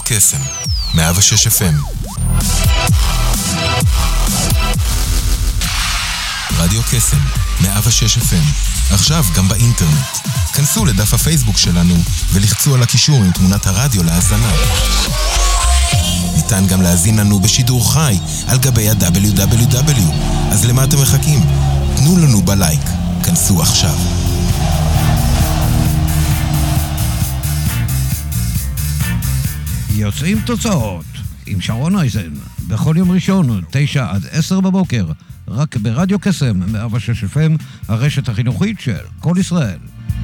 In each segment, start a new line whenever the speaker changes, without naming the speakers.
קסם, 106 FM. רדיו קסם, 106 FM. עכשיו גם באינטרנט. כנסו לדף הפייסבוק שלנו ולחצו על הקישור עם תמונת הרדיו להאזנה. ניתן גם להאזין לנו בשידור חי על גבי ה-www. אז למה אתם מחכים? תנו לנו בלייק. כנסו עכשיו.
יוצאים תוצאות עם שרון אייזן בכל יום ראשון 9-10 בבוקר רק ברדיו קסם 106 FM, הרשת החינוכית של כל ישראל.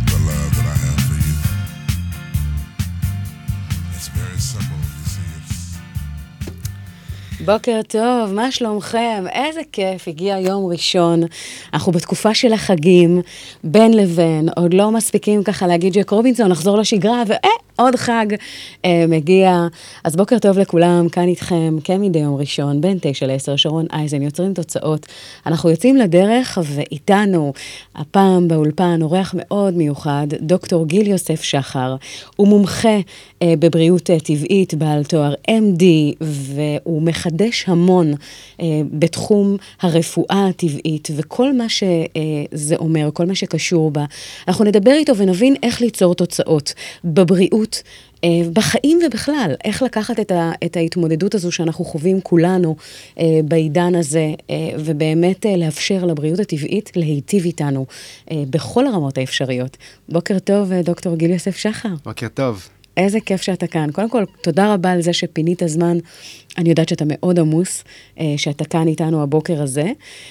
בוקר טוב, מה שלומכם? איזה כיף, הגיע יום ראשון, אנחנו בתקופה של החגים, בין לבין, עוד לא מספיקים ככה להגיד ג'ק רובינסון, נחזור לשגרה, עוד חג מגיע. אז בוקר טוב לכולם, כאן איתכם, כמדי יום ראשון, בין 9-10, שרון אייזן, יוצרים תוצאות. אנחנו יוצאים לדרך, ואיתנו, הפעם באולפן, אורח מאוד מיוחד, דוקטור גיל יוסף שחר, הוא מומחה בבריאות טבעית, בעל תואר MD, והוא מחדש המון בתחום הרפואה הטבעית, וכל מה שזה אומר, כל מה שקשור בה. אנחנו נדבר איתו ונבין איך ליצור תוצאות בבריאות, בחיים ובכלל, איך לקחת את ההתמודדות הזו שאנחנו חווים כולנו בעידן הזה, ובאמת לאפשר לבריאות הטבעית להיטיב איתנו בכל הרמות האפשריות. בוקר טוב, דוקטור גיל יוסף שחר.
בוקר טוב.
איזה כיף שאתה כאן. קודם כל, תודה רבה על זה שפינית זמן. אני יודעת שאתה מאוד עמוס, שאתה כאן איתנו הבוקר הזה.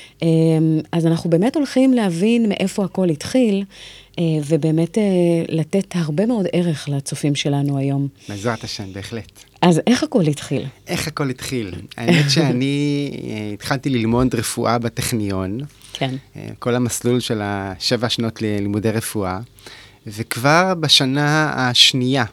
אז אנחנו באמת הולכים להבין מאיפה הכל התחיל, ובאמת לתת הרבה מאוד ערך לצופים שלנו היום.
בעזרת השם, בהחלט.
אז איך הכל התחיל?
איך הכל התחיל? האמת שאני התחלתי ללמוד רפואה בטכניון.
כן.
כל המסלול של 7 שנות לימודי רפואה. וכבר בשנה השנייה,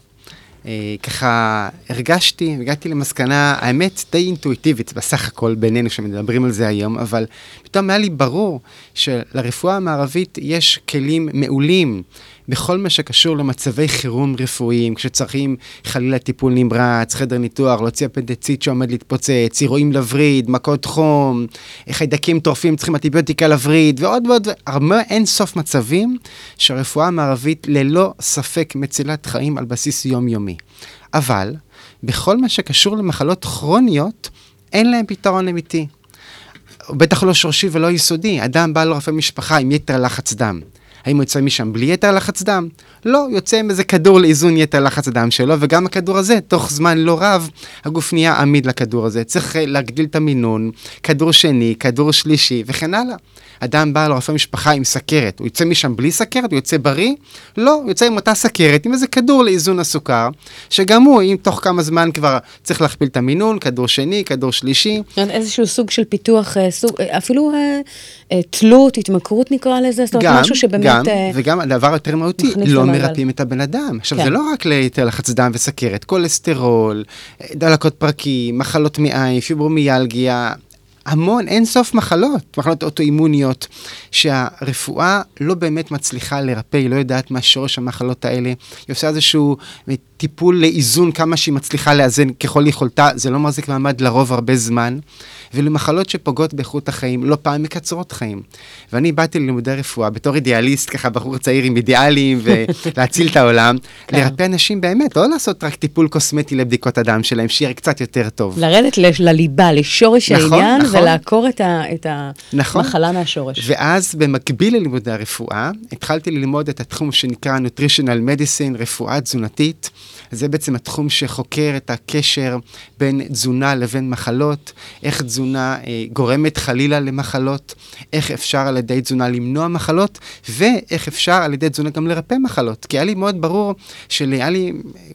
ככה הגעתי למסקנה, האמת די אינטואיטיבית בסך הכל בינינו שמדברים על זה היום, אבל פתאום היה לי ברור שלרפואה המערבית יש כלים מעולים בכל מה שקשור למצבי חירום רפואיים, כשצריכים חלילה טיפול נמרץ, חדר ניתוח, להוציא אפנדיציט שעומד להתפוצץ, אירועים לווריד, מכות חום, חיידקים טורפים, צריכים אנטיביוטיקה לווריד, ועוד ועוד, הרבה אין סוף מצבים שהרפואה המערבית ללא ספק מצילת חיים על בסיס יומיומי. אבל בכל מה שקשור למחלות כרוניות, אין להם פתרון אמיתי. בטח לא שורשי ולא יסודי. אדם בא לרופא משפחה עם יתר לחץ דם. האם הוא יוצא משם בלי יתר לחץ דם? לא, יוצא עם איזה כדור לאיזון יתר לחץ דם שלו, וגם הכדור הזה, תוך זמן לא רב, הגוף נהיה עמיד לכדור הזה. צריך להגדיל את המינון, כדור שני, כדור שלישי, וכן הלאה. אדם בא לרופא משפחה עם סכרת, הוא יוצא משם בלי סכרת, הוא יוצא בריא? לא, הוא יוצא עם אותה סכרת, עם איזה כדור לאיזון הסוכר, שגם הוא, אם תוך כמה זמן כבר צריך להכפיל את המינון, כדור שני, כדור שלישי.
איזשהו סוג של פיתוח, אפילו תלות, התמכרות נקרא לזה, זאת אומרת משהו שבאמת...
גם, וגם הדבר יותר מהותי, לא מרפאים את הבן אדם. עכשיו, זה לא רק ליתר לחץ דם וסכרת, קולסטרול, דלקות פרקים, מחלות מעיים, פיברומיאלגיה, המון, אין סוף מחלות אוטואימוניות, שהרפואה לא באמת מצליחה לרפא, היא לא יודעת מה שורש המחלות האלה, היא עושה איזשהו טיפול לאיזון כמה שהיא מצליחה לאזן ככל יכולתה, זה לא מחזיק מעמד לרוב הרבה זמן, ולמחלות שפוגעות באיכות החיים, לא פעם מקצרות חיים. ואני באתי ללימודי רפואה, בתור אידיאליסט, ככה בחור צעיר עם אידיאלים, ולהציל את העולם, לרפא אנשים באמת, לא לעשות רק טיפול קוסמטי לבדיקות הדם שלהם, שיהיה קצת יותר טוב.
לרדת לליבה, לשורש העניין, ולעקור את המחלה מהשורש.
ואז במקביל ללימודי הרפואה, התחלתי ללמוד את התחום שנקרא Nutritional Medicine, רפואה תזונתית. זה בעצם התחום שחוקר את הקשר בין תזונה לבין מחלות, איך תזונה גורמת חלילה למחלות, איך אפשר על ידי תזונה למנוע מחלות, ואיך אפשר על ידי תזונה גם לרפא מחלות. כי היה לי מאוד ברור היה לי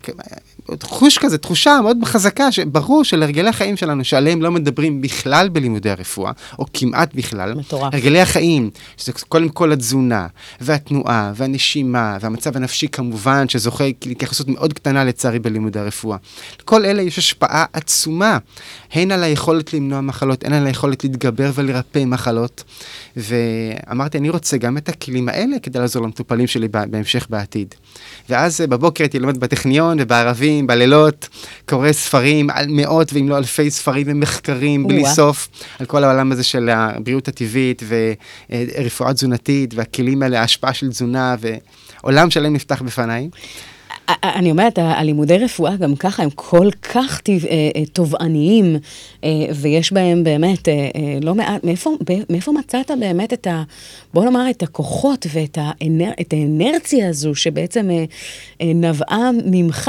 חוש כזה, תחושה מאוד חזקה, שברור שלהרגלי החיים שלנו, שעליהם לא מדברים בכלל בלימודי הרפואה, או כמעט בכלל,
מטורף.
הרגלי החיים, שזה קודם כל התזונה, והתנועה, והנשימה, והמצב הנפשי כמובן, שזוכה להתייחסות מאוד קטנה לצערי בלימודי הרפואה. כל אלה יש השפעה עצומה, הן על היכולת למנוע מחלות, הן על היכולת להתגבר ולרפא מחלות, ואמרתי, אני רוצה גם את הכלים האלה כדי לעזור למטופלים שלי בהמשך בעתיד. ואז בבוקר הייתי לומד בטכניון ובערבים, בלילות, קורא ספרים על מאות ואם לא אלפי ספרים ומחקרים בלי סוף, על כל העולם הזה של הבריאות הטבעית ורפואה תזונתית והכלים האלה, ההשפעה של תזונה ועולם שלם נפתח בפניי.
אני אומרת, הלימודי רפואה גם ככה הם כל כך תובעניים, ויש בהם באמת לא מעט, מאיפה מצאת באמת בוא נאמר, את הכוחות ואת האנרציה הזו שבעצם נבעה ממך,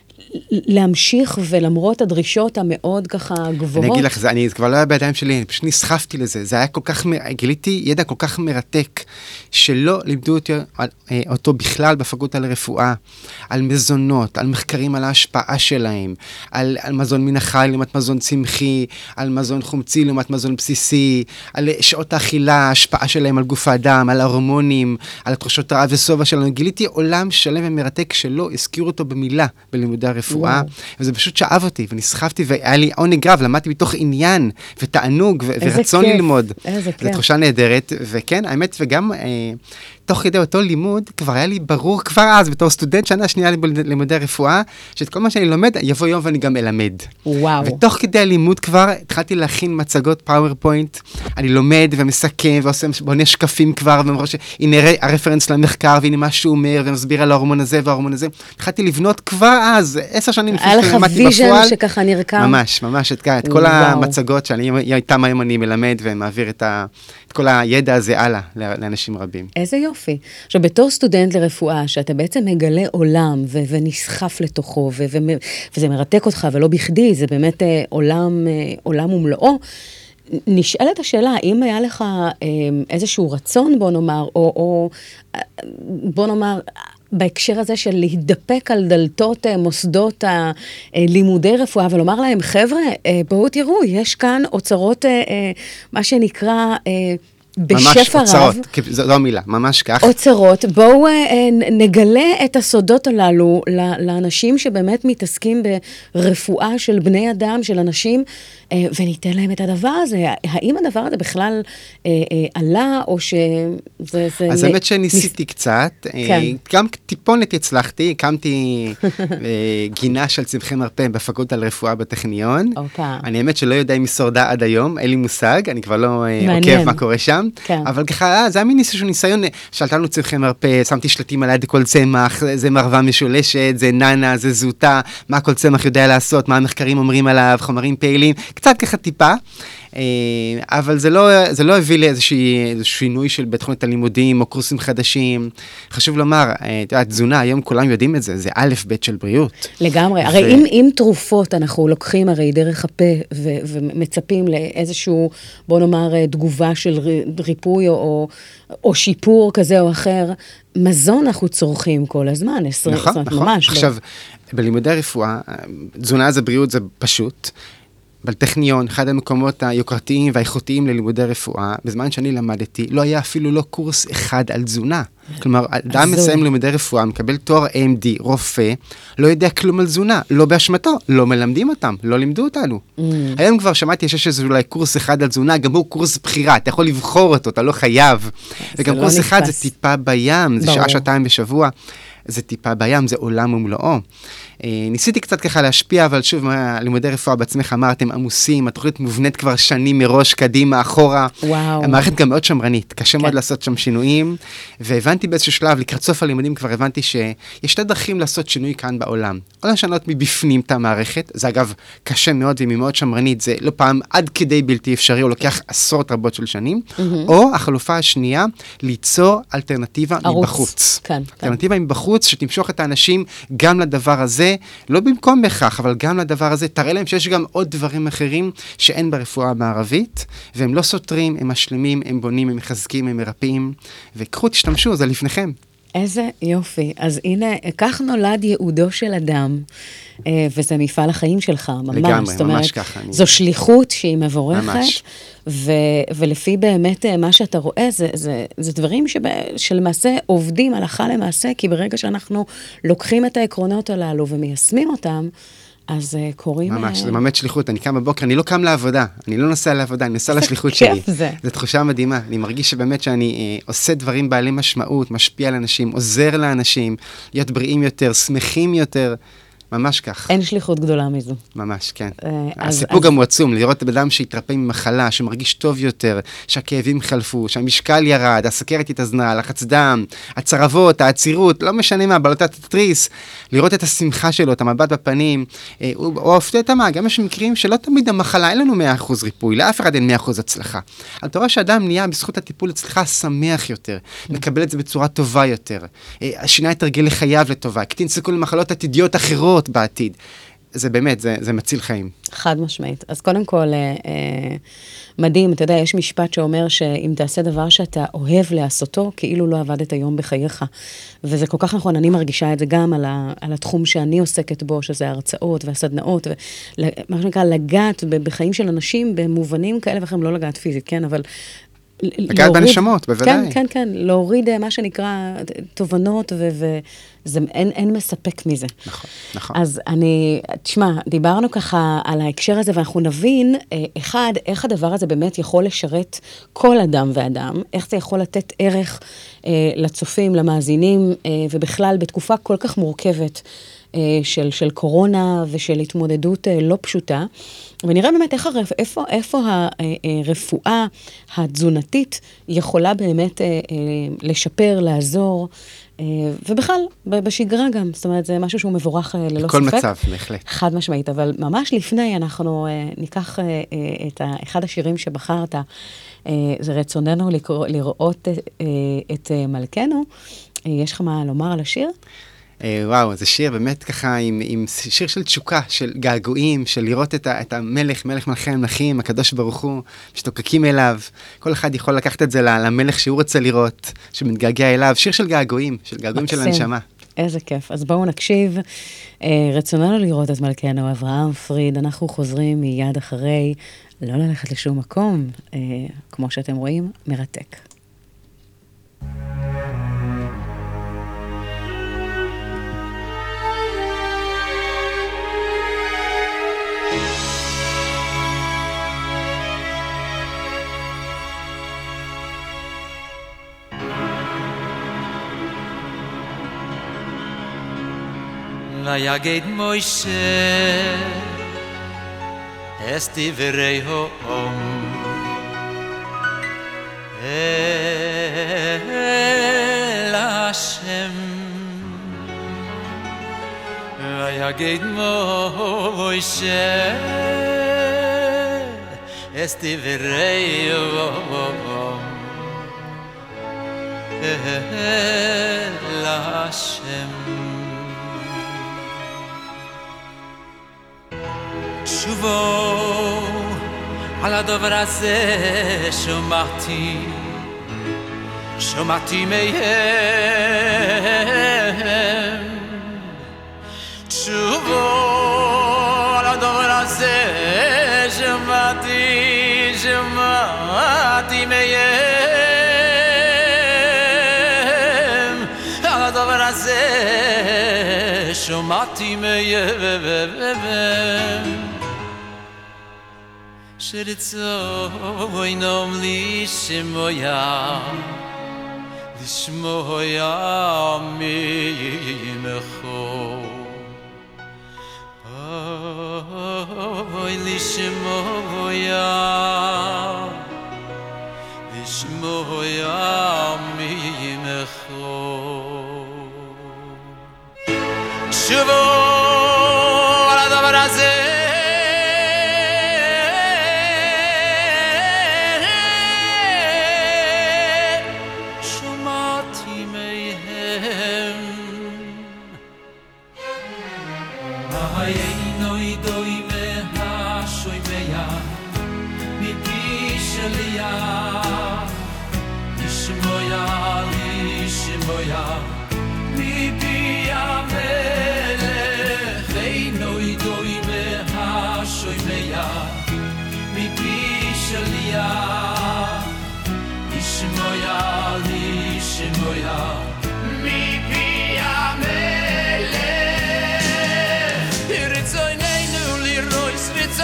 להמשיך ולמרות הדרישות המאוד ככה גבוהות.
אני אגיד לך, אני כבר לא היה בידיים שלי, אני פשוט נסחפתי לזה. זה היה כל כך, גיליתי ידע כל כך מרתק, שלא לימדו אותו בכלל בפקולטה לרפואה, על מזונות, על מחקרים על ההשפעה שלהם, על מזון מן החי לעומת מזון צמחי, על מזון חומצי לעומת מזון בסיסי, על שעות האכילה, ההשפעה שלהם על גוף האדם, על ההורמונים, על התחושות רעב וסובה שלנו. גיליתי עולם שלם ומרתק שלא הזכירו אותו במילה בלימודי הרפואה, וזה פשוט שאב אותי, ונסחפתי, והיה לי עונג רב, למדתי מתוך עניין, ותענוג, ורצון ללמוד.
איזה כיף.
זו תחושה נהדרת, וכן, האמת, וגם תוך כדי אותו לימוד, כבר היה לי ברור כבר אז, בתור סטודנט שנה שנייה לימודי רפואה, שאת כל מה שאני לומד, יבוא יום ואני גם אלמד.
וואו.
ותוך כדי הלימוד כבר, התחלתי להכין מצגות פאורפוינט, אני לומד ומסכם, ובונה שקפים כבר, ואומר שהנה הרפרנס למחקר, והנה מה שהוא אומר, ומסביר על ההורמון הזה וההורמון הזה. התחלתי לבנות כבר אז, 10 שנים לפני שלמדתי בפועל.
היה לך ויז'ן שככה נרקם.
ממש, את כל המצגות שאני איתם היום אני מלמד ומעביר את כל הידע הזה הלאה לאנשים רבים.
איזה יופי. עכשיו, בתור סטודנט לרפואה, שאתה בעצם מגלה עולם ונסחף לתוכו, וזה מרתק אותך, ולא בכדי, זה באמת עולם ומלואו, נשאלת השאלה, האם היה לך איזשהו רצון, בוא נאמר, או בוא נאמר, בהקשר הזה של להידפק על דלתות מוסדות הלימודי רפואה, ולומר להם, חבר'ה, בואו תראו, יש כאן אוצרות, מה שנקרא, בשפע רב.
ממש אוצרות, זו המילה, ממש כך.
אוצרות, בואו נגלה את הסודות הללו לאנשים שבאמת מתעסקים ברפואה של בני אדם, של אנשים, וניתן להם את הדבר הזה. האם הדבר הזה בכלל עלה, או שזה...
אז האמת שניסיתי קצת, גם טיפונת הצלחתי, הקמתי גינה של צמחי מרפא בפקולטה לרפואה בטכניון. אני האמת שלא יודע אם היא שורדה עד היום, אין לי מושג, אני כבר לא עוקב מה קורה שם. אבל ככה, זה היה מין ניסיון, שאלת לנו צמחי מרפא, שמתי שלטים על יד כל צמח, זה מרווה משולשת, זה ננה, זה זוטה, מה כל צמח יודע לעשות, מה המחקרים אומרים עליו, חומרים פעילים, קצת ככה טיפה, אבל זה לא הביא לי איזשהו שינוי של בתוכנית הלימודים או קורסים חדשים. חשוב לומר, תזונה, היום כולם יודעים את זה, זה א' ב' של בריאות.
לגמרי, הרי אם תרופות אנחנו לוקחים הרי דרך הפה ומצפים לאיזשהו, בוא נאמר, תגובה של ריפוי או שיפור כזה או אחר, מזון אנחנו צורכים כל הזמן,
נכון. עכשיו, בלימודי רפואה, תזונה זה בריאות, זה פשוט. בטכניון, אחד המקומות היוקרתיים והאיכותיים ללימודי רפואה, בזמן שאני למדתי, לא היה אפילו לא קורס אחד על תזונה. כלומר, אדם מסיים לימודי רפואה, מקבל תואר AMD, רופא, לא יודע כלום על תזונה, לא באשמתו, לא מלמדים אותם, לא לימדו אותנו. היום כבר שמעתי שיש איזה אולי קורס אחד על תזונה, גם הוא קורס בחירה, אתה יכול לבחור אותו, אתה לא חייב. וגם קורס אחד זה טיפה בים, זה שעה-שעתיים בשבוע. זה טיפה בים, זה עולם ומלואו. ניסיתי קצת ככה להשפיע, אבל שוב, לימודי רפואה בעצמך אמרתם, עמוסים, התוכנית מובנית כבר שנים מראש, קדימה, אחורה.
וואו.
המערכת גם מאוד שמרנית, קשה מאוד לעשות שם שינויים, והבנתי באיזשהו שלב, לקראת סוף הלימודים כבר הבנתי שיש שתי דרכים לעשות שינוי כאן בעולם. או לשנות מבפנים את המערכת, זה אגב קשה מאוד והיא מאוד שמרנית, זה לא פעם עד כדי בלתי אפשרי, או לוקח עשרות רבות של שנים, או החלופה השנייה, ליצור אלטרנטיבה מבחוץ. אלטרנטיבה מבחוץ שתמשוך את האנשים גם לדבר הזה, לא במקום בכך, אבל גם לדבר הזה, תראה להם שיש גם עוד דברים אחרים שאין ברפואה המערבית, והם לא סותרים, הם משלימים, הם בונים, הם מחזקים, הם מרפאים, וקחו, תשתמשו, זה לפניכם.
איזה יופי. אז הנה, כך נולד ייעודו של אדם, וזה מפעל החיים שלך, ממש.
לגמרי,
זאת אומרת,
ממש ככה.
זו שליחות שהיא מבורכת,
ממש.
ולפי באמת מה שאתה רואה, זה דברים שלמעשה עובדים הלכה למעשה, כי ברגע שאנחנו לוקחים את העקרונות הללו ומיישמים אותם, אז קוראים...
ממש, זה באמת שליחות. אני קם בבוקר, אני לא קם לעבודה, אני לא נוסע לעבודה, אני נוסע לשליחות שלי.
כיף זה.
זו תחושה מדהימה. אני מרגיש שבאמת שאני עושה דברים בעלי משמעות, משפיע על אנשים, עוזר לאנשים, להיות בריאים יותר, שמחים יותר. ממש כך.
אין שליחות גדולה מזו.
ממש, כן. הסיפוק גם הוא עצום, לראות אדם שהתרפא ממחלה, שמרגיש טוב יותר, שהכאבים חלפו, שהמשקל ירד, הסוכרת התאזנה, לחץ דם, הצרבות, העצירות, לא משנה מה, בלוטת התריס, לראות את השמחה שלו, את המבט בפנים, או הפתיע את מה, גם יש מקרים שלא תמיד המחלה, אין לנו 100% ריפוי, לאף אחד אין 100% הצלחה. אבל אתה רואה שאדם נהיה בזכות הטיפול אצלך שמח יותר, מקבל את זה בצורה טובה יותר, שינה את הרגלי חייו לטובה, קטין סיכון למחלות עתידיות אחרות בעתיד. זה באמת, זה מציל חיים.
חד משמעית. אז קודם כל, מדהים, אתה יודע, יש משפט שאומר שאם תעשה דבר שאתה אוהב לעשותו, כאילו לא עבדת היום בחייך. וזה כל כך נכון, אני מרגישה את זה גם על התחום שאני עוסקת בו, שזה ההרצאות והסדנאות, מה שנקרא לגעת בחיים של אנשים, במובנים כאלה ואחרים, לא לגעת פיזית, כן, אבל...
לגעת בנשמות, בוודאי.
כן, כן, להוריד מה שנקרא תובנות, ואין מספק מזה.
נכון, נכון.
אז תשמע, דיברנו ככה על ההקשר הזה, ואנחנו נבין, אחד, איך הדבר הזה באמת יכול לשרת כל אדם ואדם, איך זה יכול לתת ערך לצופים, למאזינים, ובכלל בתקופה כל כך מורכבת, של קורונה ושל התמודדות לא פשוטה, ונראה באמת איפה הרפואה התזונתית יכולה באמת לשפר, לעזור, ובכלל, בשגרה גם, זאת אומרת, זה משהו שהוא מבורך ללא ספק.
בכל מצב, בהחלט.
חד משמעית, אבל ממש לפני אנחנו ניקח את אחד השירים שבחרת, זה רצוננו לראות את מלכנו. יש לך מה לומר על השיר?
וואו, זה שיר באמת ככה עם שיר של תשוקה, של געגועים, של לראות את המלך, מלך מלכי המלכים, הקדוש ברוך הוא, משתוקקים אליו. כל אחד יכול לקחת את זה למלך שהוא רוצה לראות, שמתגעגע אליו. שיר של געגועים, של הנשמה.
איזה כיף. אז בואו נקשיב. רצוננו לראות את מלכנו, אברהם פריד. אנחנו חוזרים מיד אחרי, לא ללכת לשום מקום. כמו שאתם רואים, מרתק.
ויגד מוישה es divrei ho'om el Hashem ויגד מוישה es divrei ho'om el Hashem שובו על הדבר הזה שמעתי מהם שובו על הדבר הזה שמעתי מהם על הדבר הזה שמעתי מהם שרצוינם לשמוע ממך אוי לשמוע ממך שובו על הדבר הזה לשמוע שליח ישמוע מפי המלך רצוננו לירויס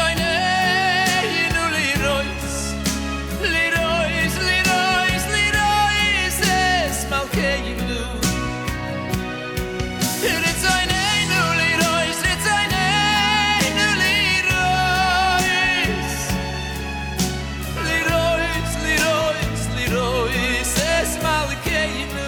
אס מלכנו רצוננו לירויס אס מלכנו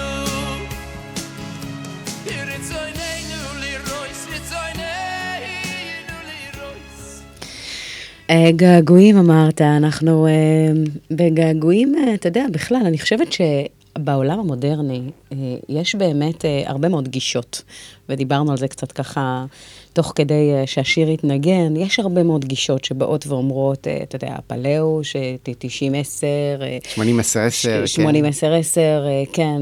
געגועים אמרת, אנחנו בגעגועים, אתה יודע, בכלל, אני חושבת שבעולם המודרני יש באמת הרבה מאוד גישות, ודיברנו על זה קצת ככה, תוך כדי שהשיר יתנגן, יש הרבה מאוד גישות שבאות ואומרות, אתה יודע, הפלאו, 90-10,
80-10,
80-10, כן.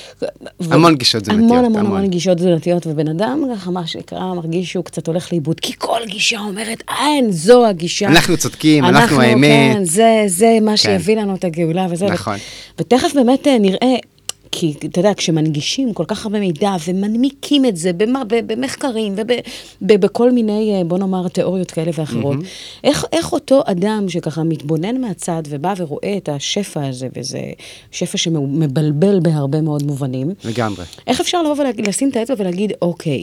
המון גישות תזונתיות.
המון גישות תזונתיות, ובן אדם, ככה מה שנקרא, מרגיש שהוא קצת הולך לאיבוד, כי כל גישה אומרת, אין, זו הגישה.
אנחנו צודקים, אנחנו האמת.
כן, זה מה שיביא לנו את הגאולה וזה.
נכון.
ותכף באמת נראה, כי אתה יודע, כשמנגישים כל כך הרבה מידע ומנמיקים את זה במחקרים ובכל מיני, בוא נאמר, תיאוריות כאלה ואחרות, איך אותו אדם שככה מתבונן מהצד ובא ורואה את השפע הזה, וזה שפע שמבלבל בהרבה מאוד מובנים.
לגמרי.
איך אפשר לבוא ולשים את האצבע ולהגיד, אוקיי,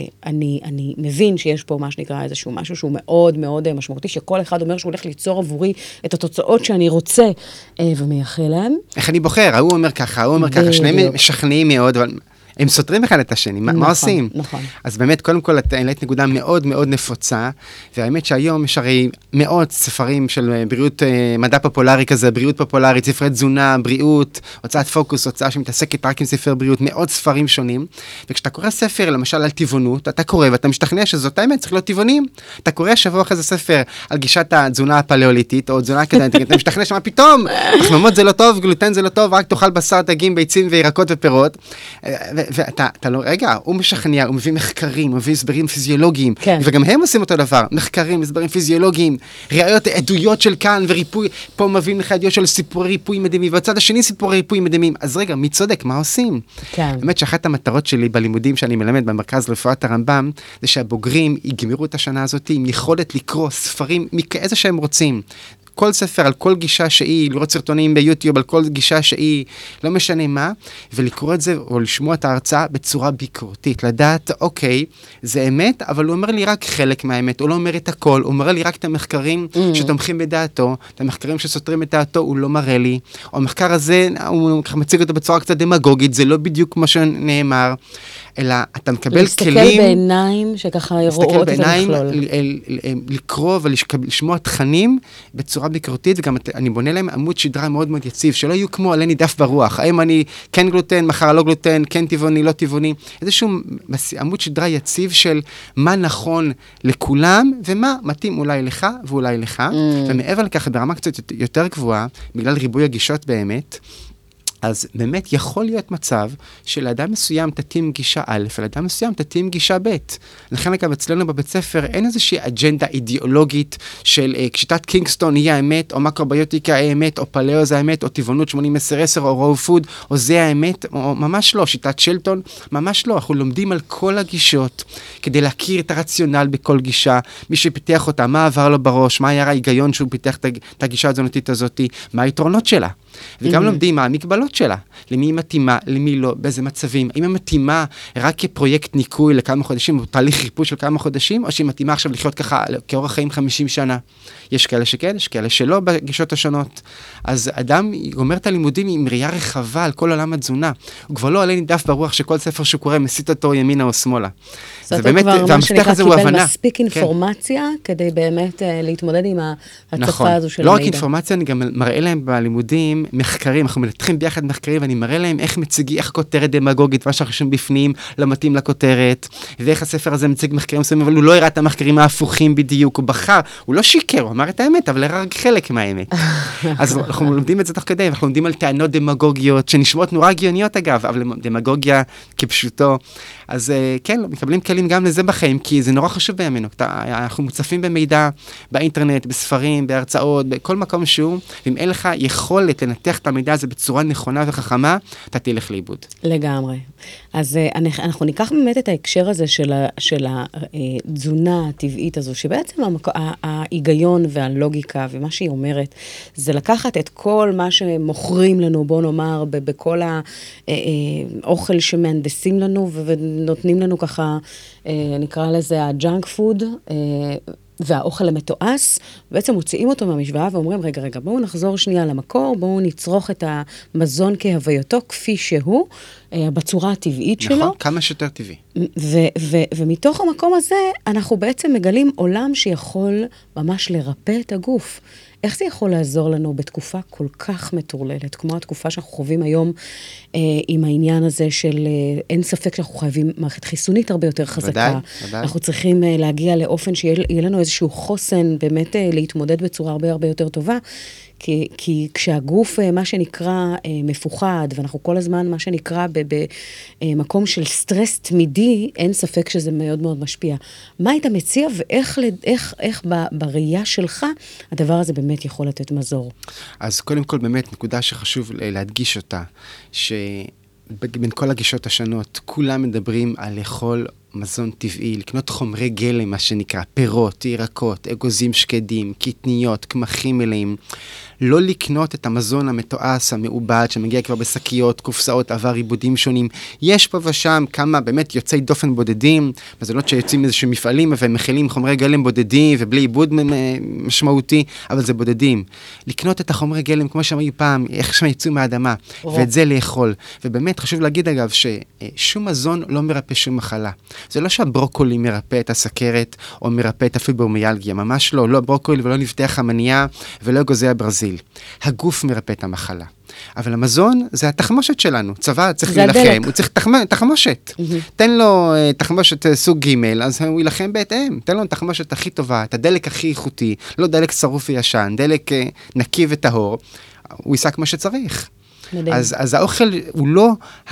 אני מבין שיש פה מה שנקרא איזשהו משהו שהוא מאוד מאוד משמעותי, שכל אחד אומר שהוא הולך ליצור עבורי את התוצאות שאני רוצה ומייחל להם.
איך אני בוחר? הוא אומר ככה, הוא אומר ככה, שניהם משכנעים מאוד, אבל הם סותרים אחד את השני, מה עושים?
נכון.
אז באמת, קודם כל, את העלית נקודה מאוד מאוד נפוצה, והאמת שהיום יש הרי מאות ספרים של בריאות, מדע פופולרי כזה, בריאות פופולרית, ספרי תזונה, בריאות, הוצאת פוקוס, הוצאה שמתעסקת רק עם ספר בריאות, מאות ספרים שונים, וכשאתה קורא ספר, למשל על טבעונות, אתה קורא ואתה משתכנע שזאת האמת, צריך להיות טבעונים. אתה קורא שבוע אחרי זה ספר על גישת התזונה הפלאוליתית, או תזונה אקדמית, אתה משתכנע שמה פתאום, חממות זה לא טוב, גלוטן זה לא טוב, רק תאכל בשר, דגים, ביצים וירקות ופירות. ואתה לא, רגע, הוא משכנע, הוא מביא מחקרים, הוא מביא הסברים פיזיולוגיים,
כן.
וגם הם עושים אותו דבר, מחקרים, הסברים פיזיולוגיים, ראיות, עדויות של כאן וריפוי, פה מביאים לך עדויות של סיפורי ריפוי מדהימים, והצד השני סיפורי ריפוי מדהימים. אז רגע, מי צודק, מה עושים?
כן.
באמת שאחת המטרות שלי בלימודים שאני מלמד במרכז לרפואת הרמב"ם, זה שהבוגרים יגמרו את השנה הזאת עם יכולת לקרוא ספרים מאיזה שהם רוצים. כל ספר, על כל גישה שהיא, לראות סרטונים ביוטיוב, על כל גישה שהיא, לא משנה מה, ולקרוא את זה, או לשמוע את ההרצאה בצורה ביקורתית, לדעת, אוקיי, זה אמת, אבל הוא אומר לי רק חלק מהאמת, הוא לא אומר את הכל, הוא מראה לי רק את המחקרים שתומכים בדעתו, את המחקרים שסותרים את דעתו, הוא לא מראה לי, או המחקר הזה, הוא מציג אותו בצורה קצת דמגוגית, זה לא בדיוק מה שנאמר, אלא אתה מקבל כלים...
להסתכל בעיניים שככה רואות את המכלול.
לקרוא ולשמוע תכנים בצורה ביקורתית, וגם אני בונה להם עמוד שדרה מאוד מאוד יציב, שלא יהיו כמו עלה נידף ברוח. האם אני כן גלוטן, מחר לא גלוטן, כן טבעוני, לא טבעוני. איזשהו עמוד שדרה יציב של מה נכון לכולם, ומה מתאים אולי לך ואולי לך. ומעבר לכך, ברמה קצת יותר גבוהה, בגלל ריבוי הגישות באמת, אז באמת יכול להיות מצב שלאדם מסוים תתאים גישה א', ולאדם מסוים תתאים גישה ב'. לכן אגב, אצלנו בבית ספר אין איזושהי אג'נדה אידיאולוגית של שיטת קינגסטון היא האמת, או מקרוביוטיקה היא האמת, או פלאו זה האמת, או טבעונות 80-10-10, או רואו פוד, או זה האמת, או ממש לא, שיטת שלטון, ממש לא. אנחנו לומדים על כל הגישות, כדי להכיר את הרציונל בכל גישה, מי שפיתח אותה, מה עבר לו בראש, מה היה ההיגיון שהוא פיתח את הגישה התזונתית הזאת, מה היתרונות שלה. וגם לומדים מה המגבלות שלה, למי היא מתאימה, למי לא, באיזה מצבים, האם היא מתאימה רק כפרויקט ניקוי לכמה חודשים, או תהליך ריפוי של כמה חודשים, או שהיא מתאימה עכשיו לחיות ככה כאורח חיים 50 שנה. יש כאלה שכן, יש כאלה שלא בגישות השונות. אז אדם אומר את הלימודים עם ראייה רחבה על כל עולם התזונה. הוא כבר לא עלה נידף ברוח שכל ספר שהוא קורא מסית אותו ימינה או שמאלה.
זה באמת, והמפתח הזה הוא הבנה. קיבל מספיק אינפורמציה, כדי באמת להתמודד עם הצפה הזו של
המידע. לא רק אינפורמציה, אני גם מראה להם בלימודים מחקרים, אנחנו מנתחים ביחד מחקרים, ואני מראה להם איך מציגי, איך כותרת דמגוגית, מה שאנחנו חושבים בפנים, לא מתאים לכותרת, ואיך הספר הזה מציג מחקרים מסוימים, אבל הוא לא הראה את המחקרים ההפוכים בדיוק, הוא בחר, הוא לא שיקר, הוא אמר את האמת, אבל הראה רק חלק מהאמת. אז אנחנו לומדים את זה תוך כדי, אנחנו לומדים על טענות דמגוגיות, שנשמעות נורא הגיוניות אגב, אבל דמגוגיה כפשוטו. אז כן, מקבלים כלים כלים גם לזה בחיים, כי זה נורא חשוב בימינו. אנחנו מוצפים במידע, באינטרנט, בספרים, בהרצאות, בכל מקום שהוא, ואם אין לך יכולת לנתח את המידע הזה בצורה נכונה וחכמה, אתה תלך לאיבוד.
לגמרי. אז אנחנו ניקח באמת את ההקשר הזה של התזונה הטבעית הזו, שבעצם ההיגיון והלוגיקה ומה שהיא אומרת, זה לקחת את כל מה שמוכרים לנו, בוא נאמר, בכל האוכל שמהנדסים לנו ונותנים לנו ככה, נקרא לזה הג'אנק פוד, והאוכל המתועש, בעצם מוציאים אותו מהמשוואה ואומרים, רגע, בואו נחזור שנייה למקור, בואו נצרוך את המזון כהווייתו כפי שהוא, בצורה הטבעית שלו.
נכון, כמה שיותר טבעי.
ומתוך המקום הזה, אנחנו בעצם מגלים עולם שיכול ממש לרפא את הגוף. איך זה יכול לעזור לנו בתקופה כל כך מטורללת, כמו התקופה שאנחנו חווים היום, עם העניין הזה של אין ספק שאנחנו חייבים מערכת חיסונית הרבה יותר חזקה. ודאי. אנחנו צריכים להגיע לאופן שיהיה לנו איזשהו חוסן, באמת להתמודד בצורה הרבה הרבה יותר טובה, כי כשהגוף, מה שנקרא, מפוחד, ואנחנו כל הזמן, מה שנקרא, במקום של סטרס תמידי, אין ספק שזה מאוד מאוד משפיע. מה היית מציע, ואיך בראייה שלך, הדבר הזה באמת יכול לתת מזור?
אז קודם כל, באמת, נקודה שחשוב להדגיש אותה, שבין כל הגישות השונות, כולם מדברים על לאכול מזון טבעי, לקנות חומרי גלם, מה שנקרא, פירות, ירקות, אגוזים שקדים, קטניות, קמחים מלאים. לא לקנות את המזון המתועש, המעובד, שמגיע כבר בשקיות, קופסאות, עבר עיבודים שונים. יש פה ושם כמה באמת יוצאי דופן בודדים, מזונות שיוצאים איזשהם מפעלים ומכילים חומרי גלם בודדים ובלי עיבוד משמעותי, אבל זה בודדים. לקנות את החומרי גלם כמו שהם היו פעם, איך שהם יצאו מהאדמה, ואת זה לאכול. ובאמת חשוב להגיד אגב ששום מזון לא מרפא שום מחלה. זה לא שהברוקולי מרפא את הסכרת או מרפא את הפיברומיאלגיה, ממש לא, לא ברוקולי ולא נפתח המניעה ולא אגוזי הברזיל. הגוף מרפא את המחלה. אבל המזון זה התחמושת שלנו. צבא צריך להילחם, הוא צריך תחמושת. תן לו תחמושת סוג ג' אז הוא ילחם בהתאם. תן לו תחמושת הכי טובה, את הדלק הכי איכותי, לא דלק שרוף וישן, דלק נקי וטהור, הוא ייסע כמו שצריך. אז האוכל הוא לא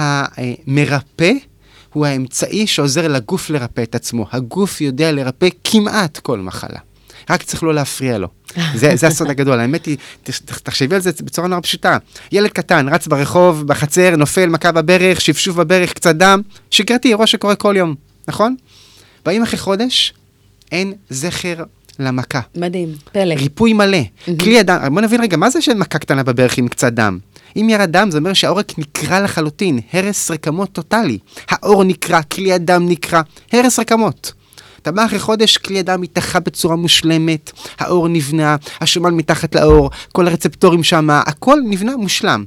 המרפא, הוא האמצעי שעוזר לגוף לרפא את עצמו. הגוף יודע לרפא כמעט כל מחלה. רק צריך לא להפריע לו. זה הסוד הגדול. האמת היא, תחשבי על זה בצורה נורא פשוטה. ילד קטן, רץ ברחוב, בחצר, נופל, מכה בברך, שפשוף בברך, קצת דם, שגרתי, אירוע שקורה כל יום, נכון? באים אחרי חודש, אין זכר למכה.
מדהים, פלא.
ריפוי מלא. כלי הדם, בוא נבין רגע, מה זה שאין מכה קטנה בברך עם קצת דם? אם ירד דם, זה אומר שהעורק נקרא לחלוטין, הרס רקמות טוטלי. העור נקרא, כלי הדם נקרא, הרס רקמות. אתה בא אחרי חודש, כלי הדם מתחה בצורה מושלמת, העור נבנה, השומן מתחת לעור, כל הרצפטורים שם, הכל נבנה מושלם.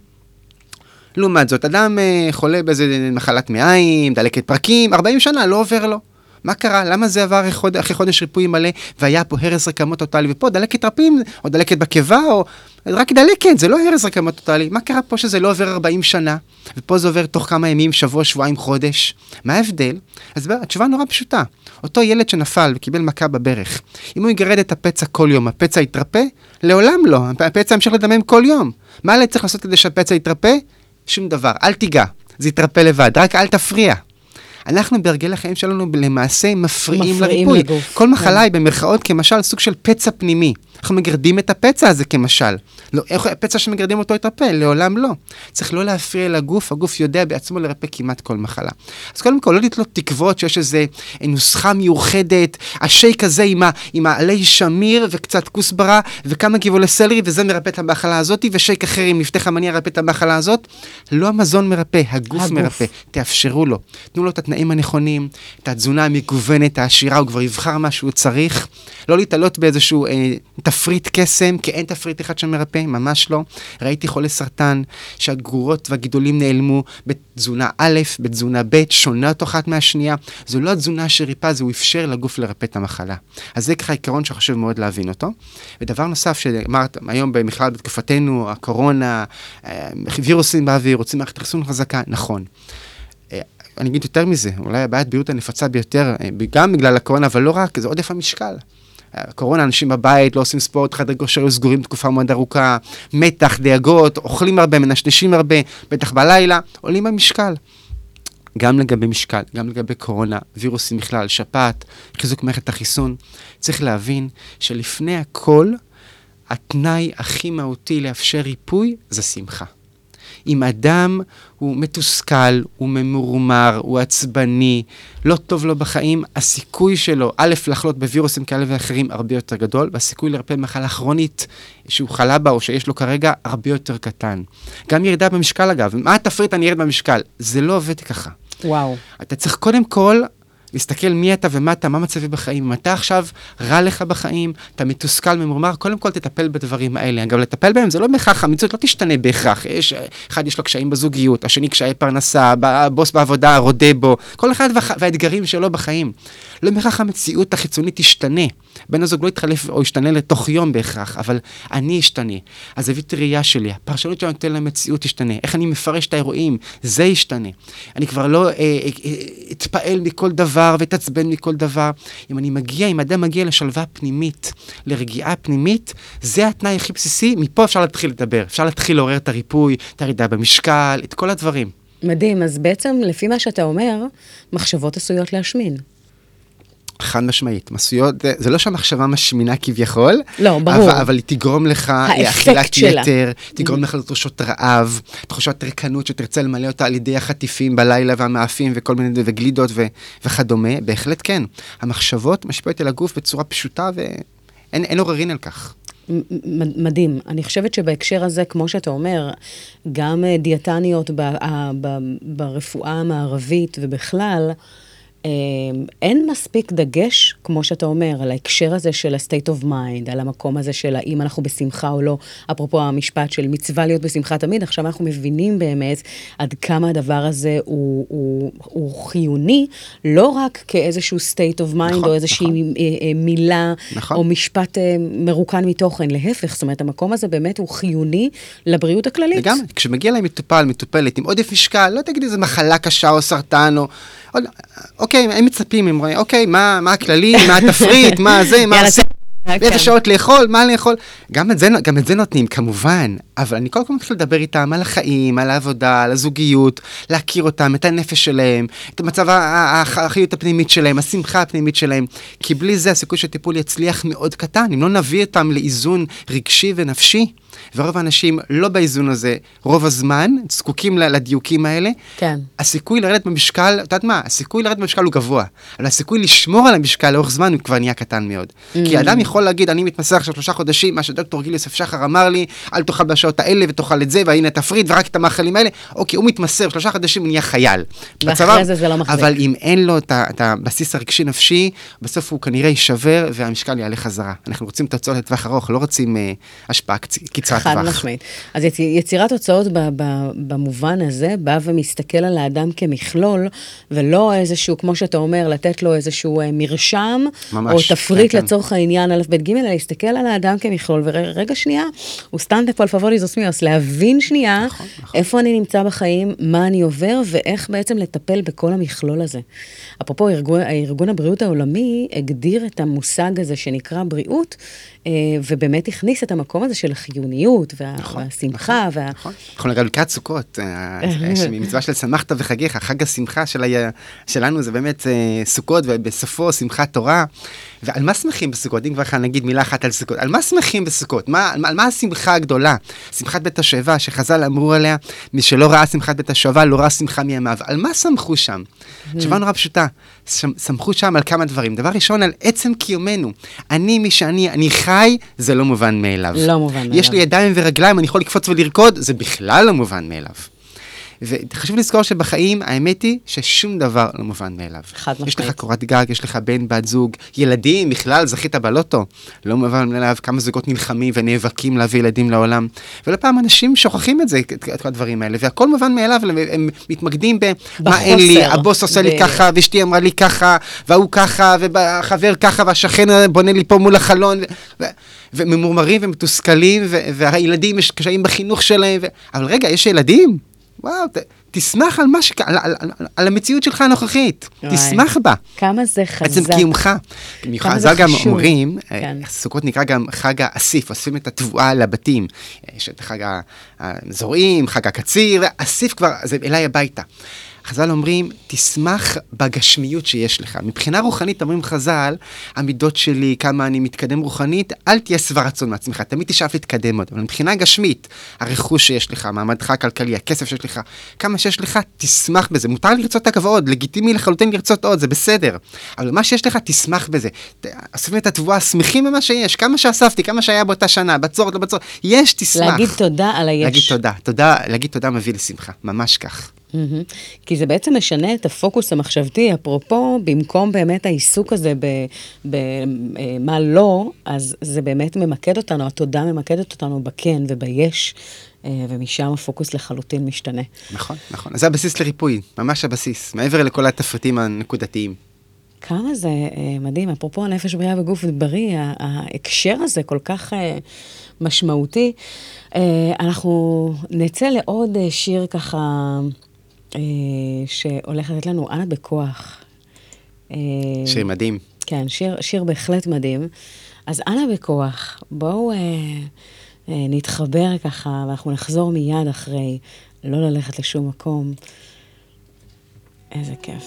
לעומת זאת, אדם חולה באיזה מחלת מעיים, דלקת פרקים, 40 שנה, לא עובר לו. מה קרה? למה זה עבר אחרי חודש ריפוי מלא, והיה פה הרס רקמות טוטלי, ופה דלקת רפים, או דלקת בקיבה, או רק דלקת, זה לא הרס רקמות טוטלי. מה קרה פה שזה לא עובר 40 שנה, ופה זה עובר תוך כמה ימים, שבוע, שבועיים, חודש? מה ההבדל? אז התשובה נורא פשוטה. אותו ילד שנפל וקיבל מכה בברך, אם הוא יגרד את הפצע כל יום, הפצע יתרפא? לעולם לא. הפצע ימשיך לדמם כל יום. מה צריך לעשות כדי שהפצע יתרפא? שום דבר. אל תיגע. זה יתרפא לבד. רק אל תפריע. אנחנו בהרגל החיים שלנו למעשה מפריעים לריפוי. כל מחלה היא במרכאות כמשל סוג של פצע פנימי. אנחנו מגרדים את הפצע הזה כמשל. לא, איך הפצע שמגרדים אותו יתרפא? לעולם לא. צריך לא להפריע לגוף, הגוף יודע בעצמו לרפא כמעט כל מחלה. אז קודם כל, לא לתלות תקוות שיש איזו נוסחה מיוחדת, השייק הזה עם העלי שמיר וקצת כוסברה וכמה גבעולי סלרי, וזה מרפא את המחלה הזאת, ושייק אחר עם נפתח המניע רפא את המחלה הזאת. לא המזון מרפא, הגוף מרפא. תאפשרו לו. תנו לו את התנאים הנכונים, את התזונה המגוונת, העשירה, הוא כבר יבחר מה שהוא צריך. לא להתעלות באיזשהו תפריט קסם, כי אין תפריט אחד שמרפא, ממש לא. ראיתי חולי סרטן שהגרורות והגידולים נעלמו בתזונה א', בתזונה ב', שונה אחת מהשנייה. זו לא התזונה שריפה, זה הוא אפשר לגוף לרפא את המחלה. אז זה ככה עיקרון שחשוב מאוד להבין אותו. ודבר נוסף שאמרת, היום בכלל בתקופתנו, הקורונה, וירוסים באוויר, רוצים מערכת חיסון חזקה, נכון. אני אגיד יותר מזה, אולי הבעיית בריאות הנפוצה ביותר, גם בגלל הקורונה, אבל לא רק, זה עודף המשקל. הקורונה, אנשים בבית, לא עושים ספורט, חדרי כושר היו סגורים תקופה מאוד ארוכה, מתח, דאגות, אוכלים הרבה, מנשנשים הרבה, בטח בלילה, עולים במשקל. גם לגבי משקל, גם לגבי קורונה, וירוסים בכלל, שפעת, חיזוק מערכת החיסון. צריך להבין שלפני הכל, התנאי הכי מהותי לאפשר ריפוי זה שמחה. אם אדם הוא מתוסכל, הוא ממורמר, הוא עצבני, לא טוב לו בחיים, הסיכוי שלו, א', לחלות בווירוסים כאלה ואחרים הרבה יותר גדול, והסיכוי לרפא מחלה כרונית שהוא חלה בה או שיש לו כרגע הרבה יותר קטן. גם ירידה במשקל אגב, מה התפריט אני ירד במשקל? זה לא עובד ככה.
וואו.
אתה צריך קודם כל להסתכל מי אתה ומה אתה, מה מצבי בחיים. אם אתה עכשיו רע לך בחיים, אתה מתוסכל, ממורמר, קודם כל תטפל בדברים האלה. אגב, לטפל בהם זה לא בהכרח, המציאות לא תשתנה בהכרח. אחד יש לו קשיים בזוגיות, השני קשיי פרנסה, הבוס בעבודה, רודה בו, כל אחד והאתגרים שלו בחיים. לא בהכרח המציאות החיצונית תשתנה. בן הזוג לא יתחלף או ישתנה לתוך יום בהכרח, אבל אני אשתנה. הזווית ראייה שלי, הפרשנות שאני נותן למציאות תשתנה. איך אני מפרש את האירועים, זה ישתנה. אני כבר לא אתפעל מכל דבר ותעצבן מכל דבר. אם אדם מגיע לשלווה פנימית, לרגיעה פנימית, זה התנאי הכי בסיסי, מפה אפשר להתחיל לדבר. אפשר להתחיל לעורר את הריפוי, את הירידה במשקל, את כל הדברים.
מדהים, אז בעצם לפי מה שאתה אומר, מחשבות עשויות להשמין.
חד משמעית, מסויות, זה לא שהמחשבה משמינה כביכול,
לא, ברור.
אבל היא תגרום לך
האפקט שלה.
יתר, תגרום לך לתחושות רעב, תחושת ריקנות שתרצה למלא אותה על ידי החטיפים בלילה והמאפים וכל מיני וגלידות וכדומה, בהחלט כן. המחשבות משפיעות על הגוף בצורה פשוטה ואין עוררין על כך.
מדהים. אני חושבת שבהקשר הזה, כמו שאתה אומר, גם דיאטניות ברפואה המערבית ובכלל, אין מספיק דגש, כמו שאתה אומר, על ההקשר הזה של ה-state of mind, על המקום הזה של האם אנחנו בשמחה או לא, אפרופו המשפט של מצווה להיות בשמחה תמיד, עכשיו אנחנו מבינים באמת עד כמה הדבר הזה הוא חיוני, לא רק כאיזשהו state of mind, או איזושהי מילה, או משפט מרוקן מתוכן, להפך, זאת אומרת, המקום הזה באמת הוא חיוני לבריאות הכללית.
לגמרי, כשמגיע להם מטופלת עם עודף משקל, לא תגיד איזה מחלה קשה או סרטן או... אוקיי, הם מצפים, הם רואים, אוקיי, מה הכללי, מה התפריט, מה זה, מה עושה, איזה שעות לאכול, מה לאכול, גם את זה נותנים, כמובן, אבל אני כל כך מתחיל לדבר איתם על החיים, על העבודה, על הזוגיות, להכיר אותם, את הנפש שלהם, את מצב החיות הפנימית שלהם, השמחה הפנימית שלהם, כי בלי זה הסיכוי שהטיפול יצליח מאוד קטן, אם לא נביא אותם לאיזון רגשי ונפשי, ורוב האנשים לא באיזון הזה, רוב הזמן, זקוקים לדיוקים האלה.
כן.
הסיכוי לרדת במשקל, אתה יודעת מה? הסיכוי לרדת במשקל הוא גבוה, אבל הסיכוי לשמור על המשקל לאורך זמן הוא כבר נהיה קטן מאוד. כי אדם יכול להגיד, אני מתמסר עכשיו 3 חודשים, מה שדוקטור גיל יוסף שחר אמר לי, אל תאכל בשעות האלה ותאכל את זה, והנה תפריד, ורק את המאכלים האלה. אוקיי, הוא מתמסר, 3 חודשים הוא נהיה חייל.
ואחרי זה לא מחזיק.
אבל אם אין לו את הבסיס הרגשי נפשי, בסוף הוא כנראה יישבר והמשקל יעלה חזרה. אנחנו רוצים תוצאות לטווח ארוך, לא רוצים השפעה קצרת
חד
טווח.
משמעית. אז יצירת תוצאות במובן הזה, בא ומסתכל על האדם כמכלול, ולא איזשהו, כמו שאתה אומר, לתת לו איזשהו מרשם,
ממש,
או תפריט
כן,
לצורך העניין א' ב' ג', אלא להסתכל על האדם כמכלול, ורגע שנייה, הוא סטנדה פול פבוריזוס מיוס, להבין שנייה, איפה אני נמצא בחיים, מה אני עובר, ואיך בעצם לטפל בכל המכלול הזה. אפרופו, ארגון הבריאות העולמי הגדיר את המושג הזה שנקרא בריאות, ובאמת הכניס את המקום הזה של החיוניות והשמחה.
אנחנו נראה לקראת סוכות, מצווה של שמחת וחגיך, חג השמחה שלנו זה באמת סוכות, ובסופו שמחת תורה. ועל מה שמחים בסוכות? אם כבר נגיד מילה אחת על סוכות, על מה שמחים בסוכות? על מה השמחה הגדולה? שמחת בית השואבה, שחז"ל אמרו עליה, מי שלא ראה שמחת בית השואבה, לא ראה שמחה מימיו. על מה שמחו שם? תשובה נורא פשוטה. שמחו שם על כמה דברים. דבר ראשון, על עצם קיומנו. אני מי שאני, אני חי, זה לא מובן מאליו.
לא מובן מאליו.
יש לי ידיים ורגליים, אני יכול לקפוץ ולרקוד, זה בכלל לא מובן מאליו. וחשוב לזכור שבחיים, האמת היא ששום דבר לא מובן מאליו.
חד משמעית.
יש לך קורת גג, יש לך בן, בת זוג, ילדים, בכלל, זכית בלוטו. לא מובן מאליו, כמה זוגות נלחמים ונאבקים להביא ילדים לעולם. ולא פעם אנשים שוכחים את זה, את הדברים האלה, והכל מובן מאליו, הם מתמקדים במה אין לי, הבוס עושה לי ככה, ואשתי אמרה לי ככה, והוא ככה, והחבר ככה, והשכן בונה לי פה מול החלון, וממורמרים ומתוסכלים, והילדים יש קשיים בחינוך שלהם, אבל רגע, יש ילדים? וואו, תשמח על המציאות שלך הנוכחית. תשמח בה.
כמה זה חזק.
עצם קיומך.
כמה זה
גם
חשוב.
אומרים,
כן.
סוכות נקרא גם חג האסיף, אוספים את התבואה לבתים. יש את חג הזורעים, חג הקציר, אסיף כבר, זה אליי הביתה. חז"ל אומרים, תשמח בגשמיות שיש לך. מבחינה רוחנית אומרים חז"ל, המידות שלי, כמה אני מתקדם רוחנית, אל תהיה שבע רצון מעצמך, תמיד תשאף להתקדם עוד. אבל מבחינה גשמית, הרכוש שיש לך, מעמדך הכלכלי, הכסף שיש לך, כמה שיש לך, תשמח בזה. מותר לרצות אגב עוד, לגיטימי לחלוטין לרצות עוד, זה בסדר. אבל מה שיש לך, תשמח בזה. אספים את התבואה, שמחים במה שיש, כמה שאספתי, כמה שהיה באותה שנה, בצורת, לא בצורת, יש, תשמח.
להגיד תודה על היש.
להגיד תודה מביא לשמחה, ממש כך.
כי זה בעצם משנה את הפוקוס המחשבתי, אפרופו, במקום באמת העיסוק הזה במה לא, אז זה באמת ממקד אותנו, התודה ממקדת אותנו בכן וביש, ומשם הפוקוס לחלוטין משתנה.
נכון, נכון. זה הבסיס לריפוי, ממש הבסיס, מעבר לכל התפריטים הנקודתיים.
כמה זה מדהים, אפרופו הנפש בריאה וגוף בריא, ההקשר הזה כל כך משמעותי. אנחנו נצא לעוד שיר ככה, שהולך לתת לנו אנה בכוח.
שיר מדהים.
כן, שיר בהחלט מדהים. אז אנה בכוח, בואו נתחבר ככה, ואנחנו נחזור מיד אחרי, לא ללכת לשום מקום. איזה כיף.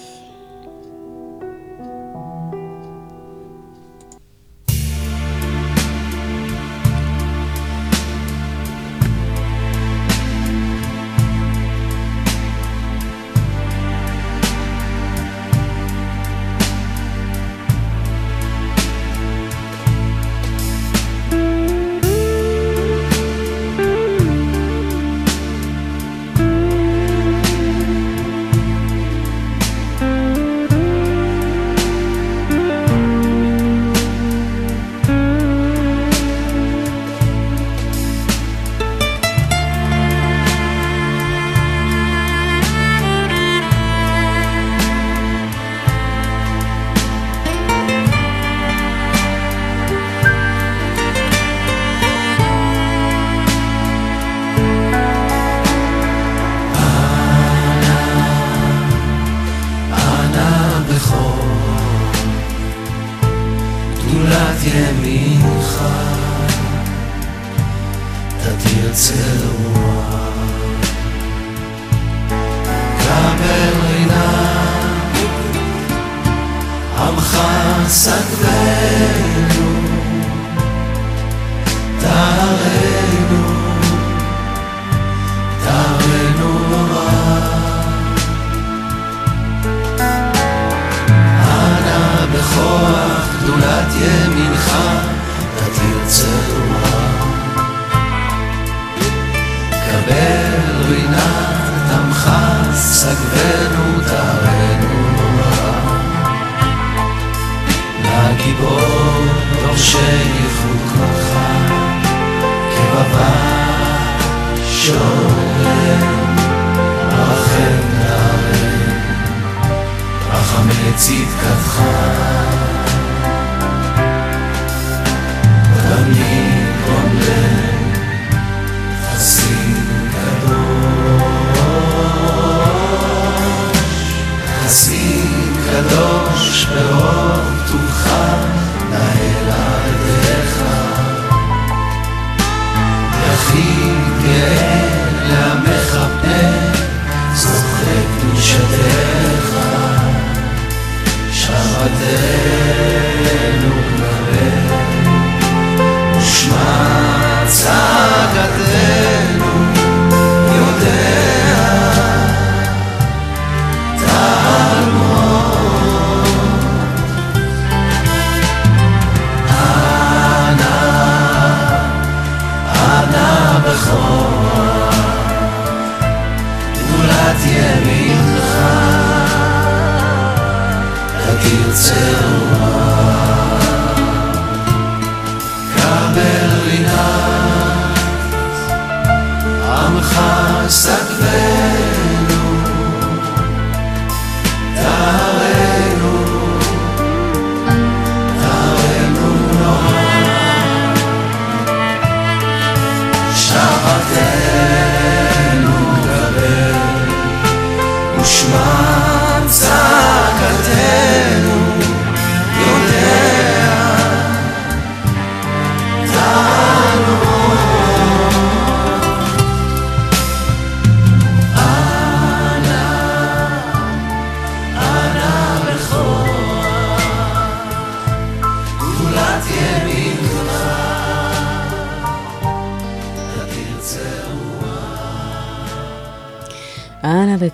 I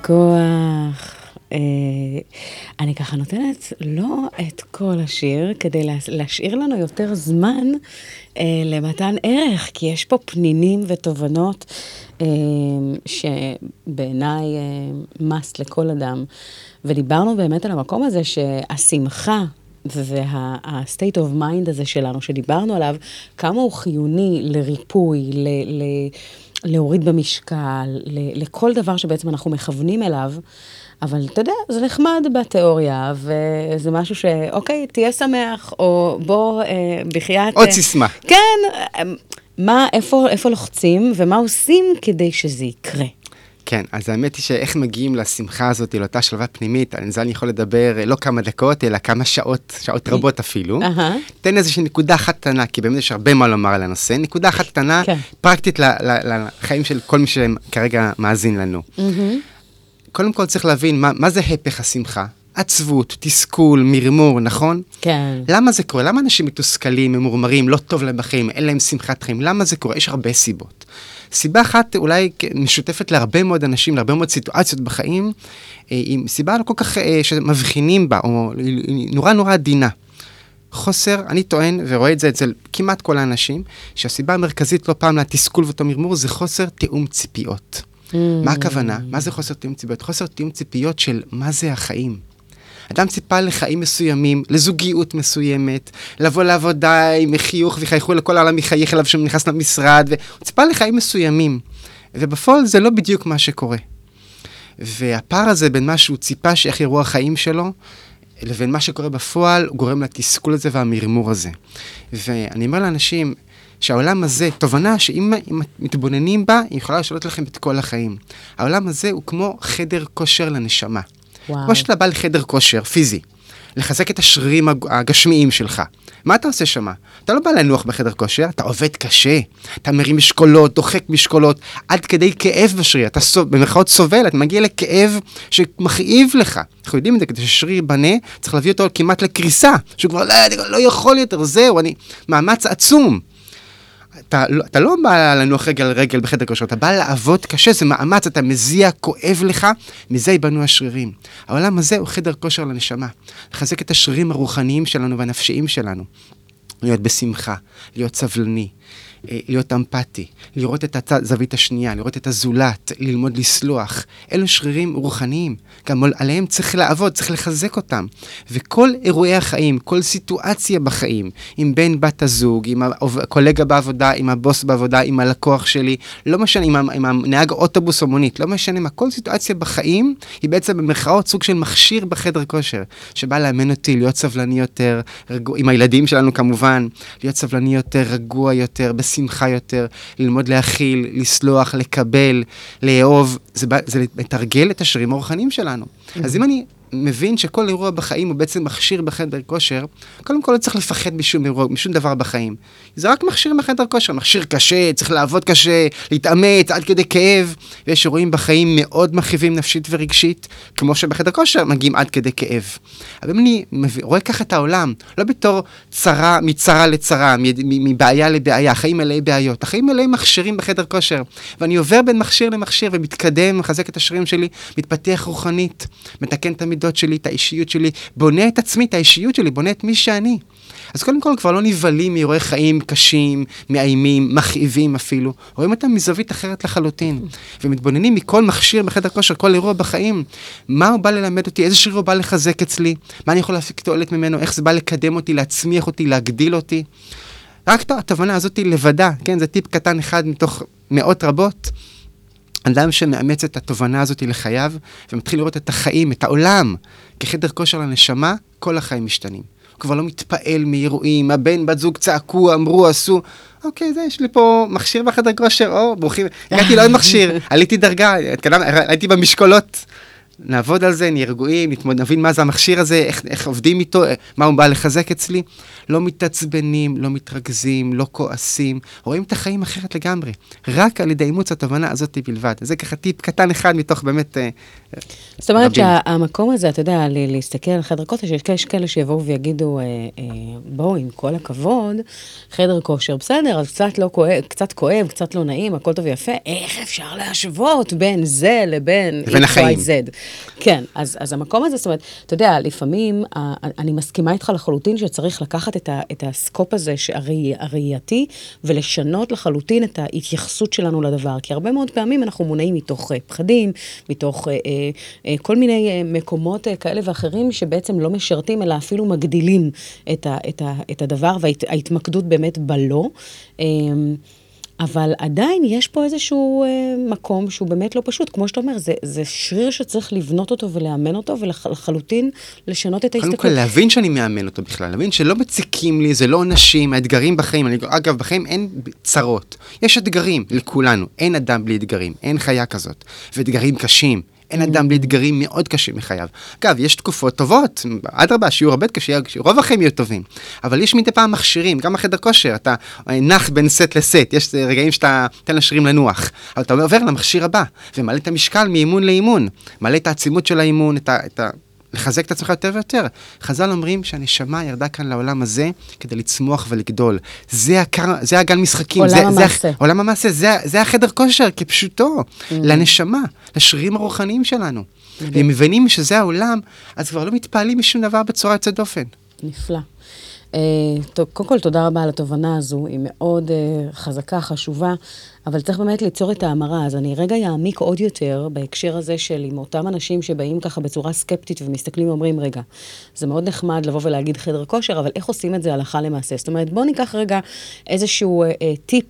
כוח. אני ככה נותנת לא את כל השיר, כדי להשאיר לנו יותר זמן למתן ערך, כי יש פה פנינים ותובנות שבעיניי must לכל אדם. ודיברנו באמת על המקום הזה שהשמחה וה-state of mind הזה שלנו, שדיברנו עליו, כמה הוא חיוני לריפוי, להוריד במשקל, לכל דבר שבעצם אנחנו מכוונים אליו, אבל אתה יודע, זה נחמד בתיאוריה, וזה משהו שאוקיי, תהיה שמח, או בוא בחייאת...
עוד סיסמה.
כן, איפה לוחצים, ומה עושים כדי שזה יקרה?
כן, אז האמת היא שאיך מגיעים לשמחה הזאת, לאותה שלווה פנימית, על זה אני יכול לדבר לא כמה דקות, אלא כמה שעות רבות אפילו. תן איזושהי נקודה אחת קטנה, כי באמת יש הרבה מה לומר על הנושא, נקודה אחת קטנה, פרקטית לחיים של כל מי שכרגע מאזין לנו. קודם כל צריך להבין מה זה הפך השמחה. עצבות, תסכול, מרמור, נכון?
כן.
למה זה קורה? למה אנשים מתוסכלים, ממורמרים, לא טוב להם בחיים, אין להם שמחת חיים? למה זה קורה? יש הרבה סיבות. סיבה אחת אולי משותפת להרבה מאוד אנשים, להרבה מאוד סיטואציות בחיים, היא סיבה לא כל כך שמבחינים בה, או נורא עדינה. חוסר, אני טוען, ורואה את זה אצל כמעט כל האנשים, שהסיבה המרכזית לא פעם לתסכול ואותו מרמור, זה חוסר תיאום ציפיות. מה הכוונה? מה זה חוסר תיאום ציפיות? חוסר תיאום ציפיות של מה זה החיים. אדם ציפה לחיים מסוימים, לזוגיות מסוימת, לבוא לעבודה עם חיוך וחייכו לכל העולם מחייך אליו שהוא נכנס למשרד, והוא ציפה לחיים מסוימים. ובפועל זה לא בדיוק מה שקורה. והפער הזה בין מה שהוא ציפה שאיך יראו החיים שלו, לבין מה שקורה בפועל, הוא גורם לתסכול הזה והמרמור הזה. ואני אומר לאנשים, שהעולם הזה, תובנה שאם מתבוננים בה, היא יכולה לשנות לכם את כל החיים. העולם הזה הוא כמו חדר כושר לנשמה. וואו. כמו שאתה בא לחדר כושר, פיזי, לחזק את השרירים הגשמיים שלך. מה אתה עושה שמה? אתה לא בא לנוח בחדר כושר, אתה עובד קשה, אתה מרים משקולות, דוחק משקולות, עד כדי כאב בשריר, אתה במרכאות סובל, אתה מגיע לכאב שמכאיב לך. אנחנו יודעים את זה, כדי ששריר בנה, צריך להביא אותו כמעט לקריסה, שהוא כבר לא יכול יותר, זהו, מאמץ עצום. אתה לא בא לנוח רגל על רגל בחדר כושר, אתה בא לעבוד קשה, זה מאמץ, אתה מזיע, כואב לך, מזה ייבנו השרירים. העולם הזה הוא חדר כושר לנשמה, לחזק את השרירים הרוחניים שלנו והנפשיים שלנו. להיות בשמחה, להיות סבלני, להיות אמפתי, לראות את הזווית השנייה, לראות את הזולת, ללמוד לסלוח. אלו שרירים רוחניים, גם עליהם צריך לעבוד, צריך לחזק אותם. וכל אירועי החיים, כל סיטואציה בחיים, עם בן בת הזוג, עם הקולגה בעבודה, עם הבוס בעבודה, עם הלקוח שלי, לא משנה, עם הנהג אוטובוס או מונית, לא משנה מה, כל סיטואציה בחיים היא בעצם במרכאות סוג של מכשיר בחדר כושר, שבא לאמן אותי להיות סבלני יותר, עם הילדים שלנו כמובן, להיות סבלני יותר, רגוע יותר, שמחה יותר, ללמוד להכיל, לסלוח, לקבל, לאהוב, זה מתרגל את השרירים הרוחניים שלנו. אז אם אני מבין שכל אירוע בחיים הוא בעצם מכשיר בחדר כושר, קודם כל לא צריך לפחד משום דבר בחיים. זה רק מכשיר בחדר כושר, מכשיר קשה, צריך לעבוד קשה, להתאמץ עד כדי כאב, ויש אירועים בחיים מאוד מכאיבים נפשית ורגשית, כמו שבחדר כושר מגיעים עד כדי כאב. אבל אם אני רואה ככה את העולם, לא בתור צרה, מצרה לצרה, מבעיה לבעיה, החיים מלאי בעיות, החיים מלאי מכשירים בחדר כושר, ואני עובר בין מכשיר למכשיר ומתקדם, מחזק את השרירים שלי, מתפתח רוחנית, מתקן את המידות שלי, את האישיות שלי, בונה את עצמי, את האישיות שלי, בונה את מי שאני. אז קודם כל כבר לא נבלים מאירועי חיים קשים, מאיימים, מכאיבים אפילו, רואים אותם מזווית אחרת לחלוטין, ומתבוננים מכל מכשיר בחדר כושר, כל אירוע בחיים, מה הוא בא ללמד אותי, איזה שריר הוא בא לחזק אצלי, מה אני יכול להפיק תועלת ממנו, איך זה בא לקדם אותי, להצמיח אותי, להגדיל אותי. רק התובנה הזאת לבדה, כן, זה טיפ קטן אחד מתוך מאות רבות, אדם שמאמץ את התובנה הזאת לחייו, ומתחיל לראות את החיים, את העולם, כחדר כושר לנשמה, כל החיים משתנים. הוא כבר לא מתפעל מאירועים, הבן, בת זוג צעקו, אמרו, עשו, אוקיי, זה, יש לי פה מכשיר בחדר כושר, ברוכים, הגעתי לעוד מכשיר, עליתי דרגה, עליתי במשקולות, נעבוד על זה, נהיה רגועים, נבין מה זה המכשיר הזה, איך עובדים איתו, מה הוא בא לחזק אצלי. לא מתעצבנים, לא מתרכזים, לא כועסים, רואים את החיים אחרת לגמרי. רק על ידי אימוץ התובנה הזאת בלבד. זה ככה טיפ קטן אחד מתוך באמת
זאת אומרת שהמקום הזה, אתה יודע, להסתכל על חדר כושר, יש כאלה שיבואו ויגידו, בואו, עם כל הכבוד, חדר כושר, בסדר, אז קצת כואב, קצת לא נעים, הכל טוב ויפה, איך אפשר להשוות בין זה לבין XYZ? כן, אז המקום הזה, זאת אומרת, אתה יודע, לפעמים, אני מסכימה איתך לחלוטין שצריך לקחת את הסקופ הזה הראייתי, ולשנות לחלוטין את ההתייחסות שלנו לדבר, כי הרבה מאוד פעמים אנחנו מונעים מתוך פחדים, מתוך כל מיני מקומות כאלה ואחרים שבעצם לא משרתים, אלא אפילו מגדילים את הדבר, וההתמקדות באמת בלא. אבל עדיין יש פה איזשהו מקום שהוא באמת לא פשוט. כמו שאתה אומר, זה שריר שצריך לבנות אותו ולאמן אותו, ולחלוטין לשנות את ההסתכלות.
קודם כל, להבין שאני מאמן אותו בכלל, להבין שלא מציקים לי, זה לא אנשים, האתגרים בחיים, אגב, בחיים אין צרות. יש אתגרים לכולנו, אין אדם בלי אתגרים, אין חיה כזאת, ואתגרים קשים. אין אדם בלי אתגרים מאוד קשים מחייו. אגב, יש תקופות טובות, עד רבה, שיהיו הרבה קשים, רוב החיים יהיו טובים. אבל יש מדי פעם מכשירים, גם בחדר כושר, אתה נח בין סט לסט, יש רגעים שאתה תן לשרירים לנוח, אבל אתה עובר למכשיר הבא, ומעלה את המשקל מאימון לאימון, מעלה את העצימות של האימון, לחזק את עצמך יותר ויותר. חז"ל אומרים שהנשמה ירדה כאן לעולם הזה כדי לצמוח ולגדול. זה הגן משחקים. עולם המעשה. זה החדר כושר כפשוטו. לנשמה, לשרירים הרוחניים שלנו. והם מבינים שזה העולם, אז כבר לא מתפעלים משום דבר בצורה יוצאת דופן.
נפלא. קודם כל, תודה רבה על התובנה הזו, היא מאוד חזקה, חשובה, אבל צריך באמת ליצור את ההמרה, אז אני רגע יעמיק עוד יותר בהקשר הזה של עם אותם אנשים שבאים ככה בצורה סקפטית ומסתכלים ואומרים, רגע, זה מאוד נחמד לבוא ולהגיד חדר כושר, אבל איך עושים את זה הלכה למעשה? זאת אומרת, בואו ניקח רגע איזשהו טיפ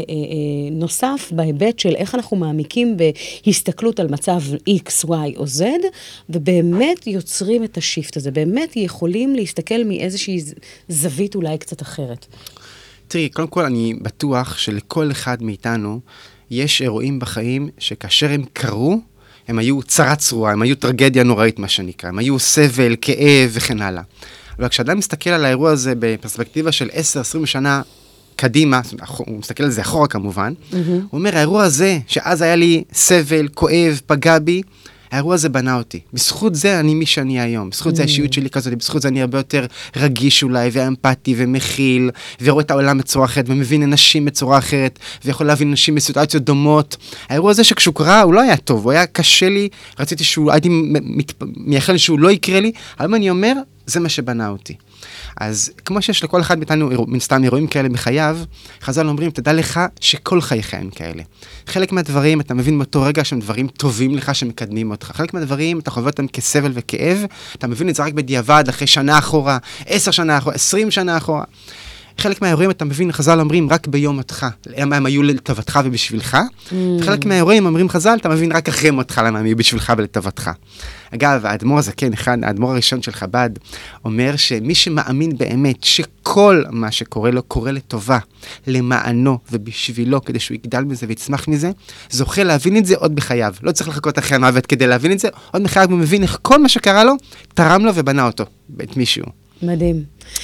נוסף בהיבט של איך אנחנו מעמיקים בהסתכלות על מצב X, Y או Z, ובאמת יוצרים את השיפט הזה, באמת יכולים להסתכל מאיזושהי זווית אולי קצת אחרת.
תראי, קודם כל אני בטוח שלכל אחד מאיתנו יש אירועים בחיים שכאשר הם קרו, הם היו צרת צרורה, הם היו טרגדיה נוראית מה שנקרא, הם היו סבל, כאב וכן הלאה. אבל כשאדם מסתכל על האירוע הזה בפרספקטיבה של 10-20 שנה קדימה, הוא מסתכל על זה אחורה כמובן, הוא אומר, האירוע הזה שאז היה לי סבל, כואב, פגע בי, האירוע הזה בנה אותי. בזכות זה אני מי שאני היום. בזכות זה האישיות שלי כזאת, בזכות זה אני הרבה יותר רגיש אולי, ואמפתי ומכיל, ורואה את העולם בצורה אחרת, ומבין אנשים בצורה אחרת, ויכול להבין אנשים בסיטואציות דומות. האירוע הזה שכשהוא קרה, הוא לא היה טוב, הוא היה קשה לי, רציתי הייתי מייחל שהוא לא יקרה לי, אבל אני אומר, זה מה שבנה אותי. אז כמו שיש לכל אחד מאיתנו מן סתם אירועים כאלה בחייו, חז"ל אומרים, תדע לך שכל חייך הם כאלה. חלק מהדברים אתה מבין מאותו רגע שהם דברים טובים לך שמקדמים אותך. חלק מהדברים אתה חווה אותם כסבל וכאב, אתה מבין את זה רק בדיעבד, אחרי שנה אחורה, 10 שנה אחורה, 20 שנה אחורה. חלק מהאירועים אתה מבין, חז"ל אומרים רק ביום מותך, למה הם היו לטובתך ובשבילך. חלק מהאירועים אומרים חז"ל, אתה מבין רק אחרי מותך, למה הם היו בשבילך ולטובתך. אגב, האדמו"ר הזה, כן, האדמו"ר הראשון של חב"ד, אומר שמי שמאמין באמת שכל מה שקורה לו, קורה לטובה, למענו ובשבילו, כדי שהוא יגדל מזה ויצמח מזה, זוכה להבין את זה עוד בחייו. לא צריך לחכות אחרי המוות כדי להבין את זה, עוד בחייו הוא מבין איך כל מה שקרה לו, תרם לו ובנה אותו, את מישהו.
מדהים.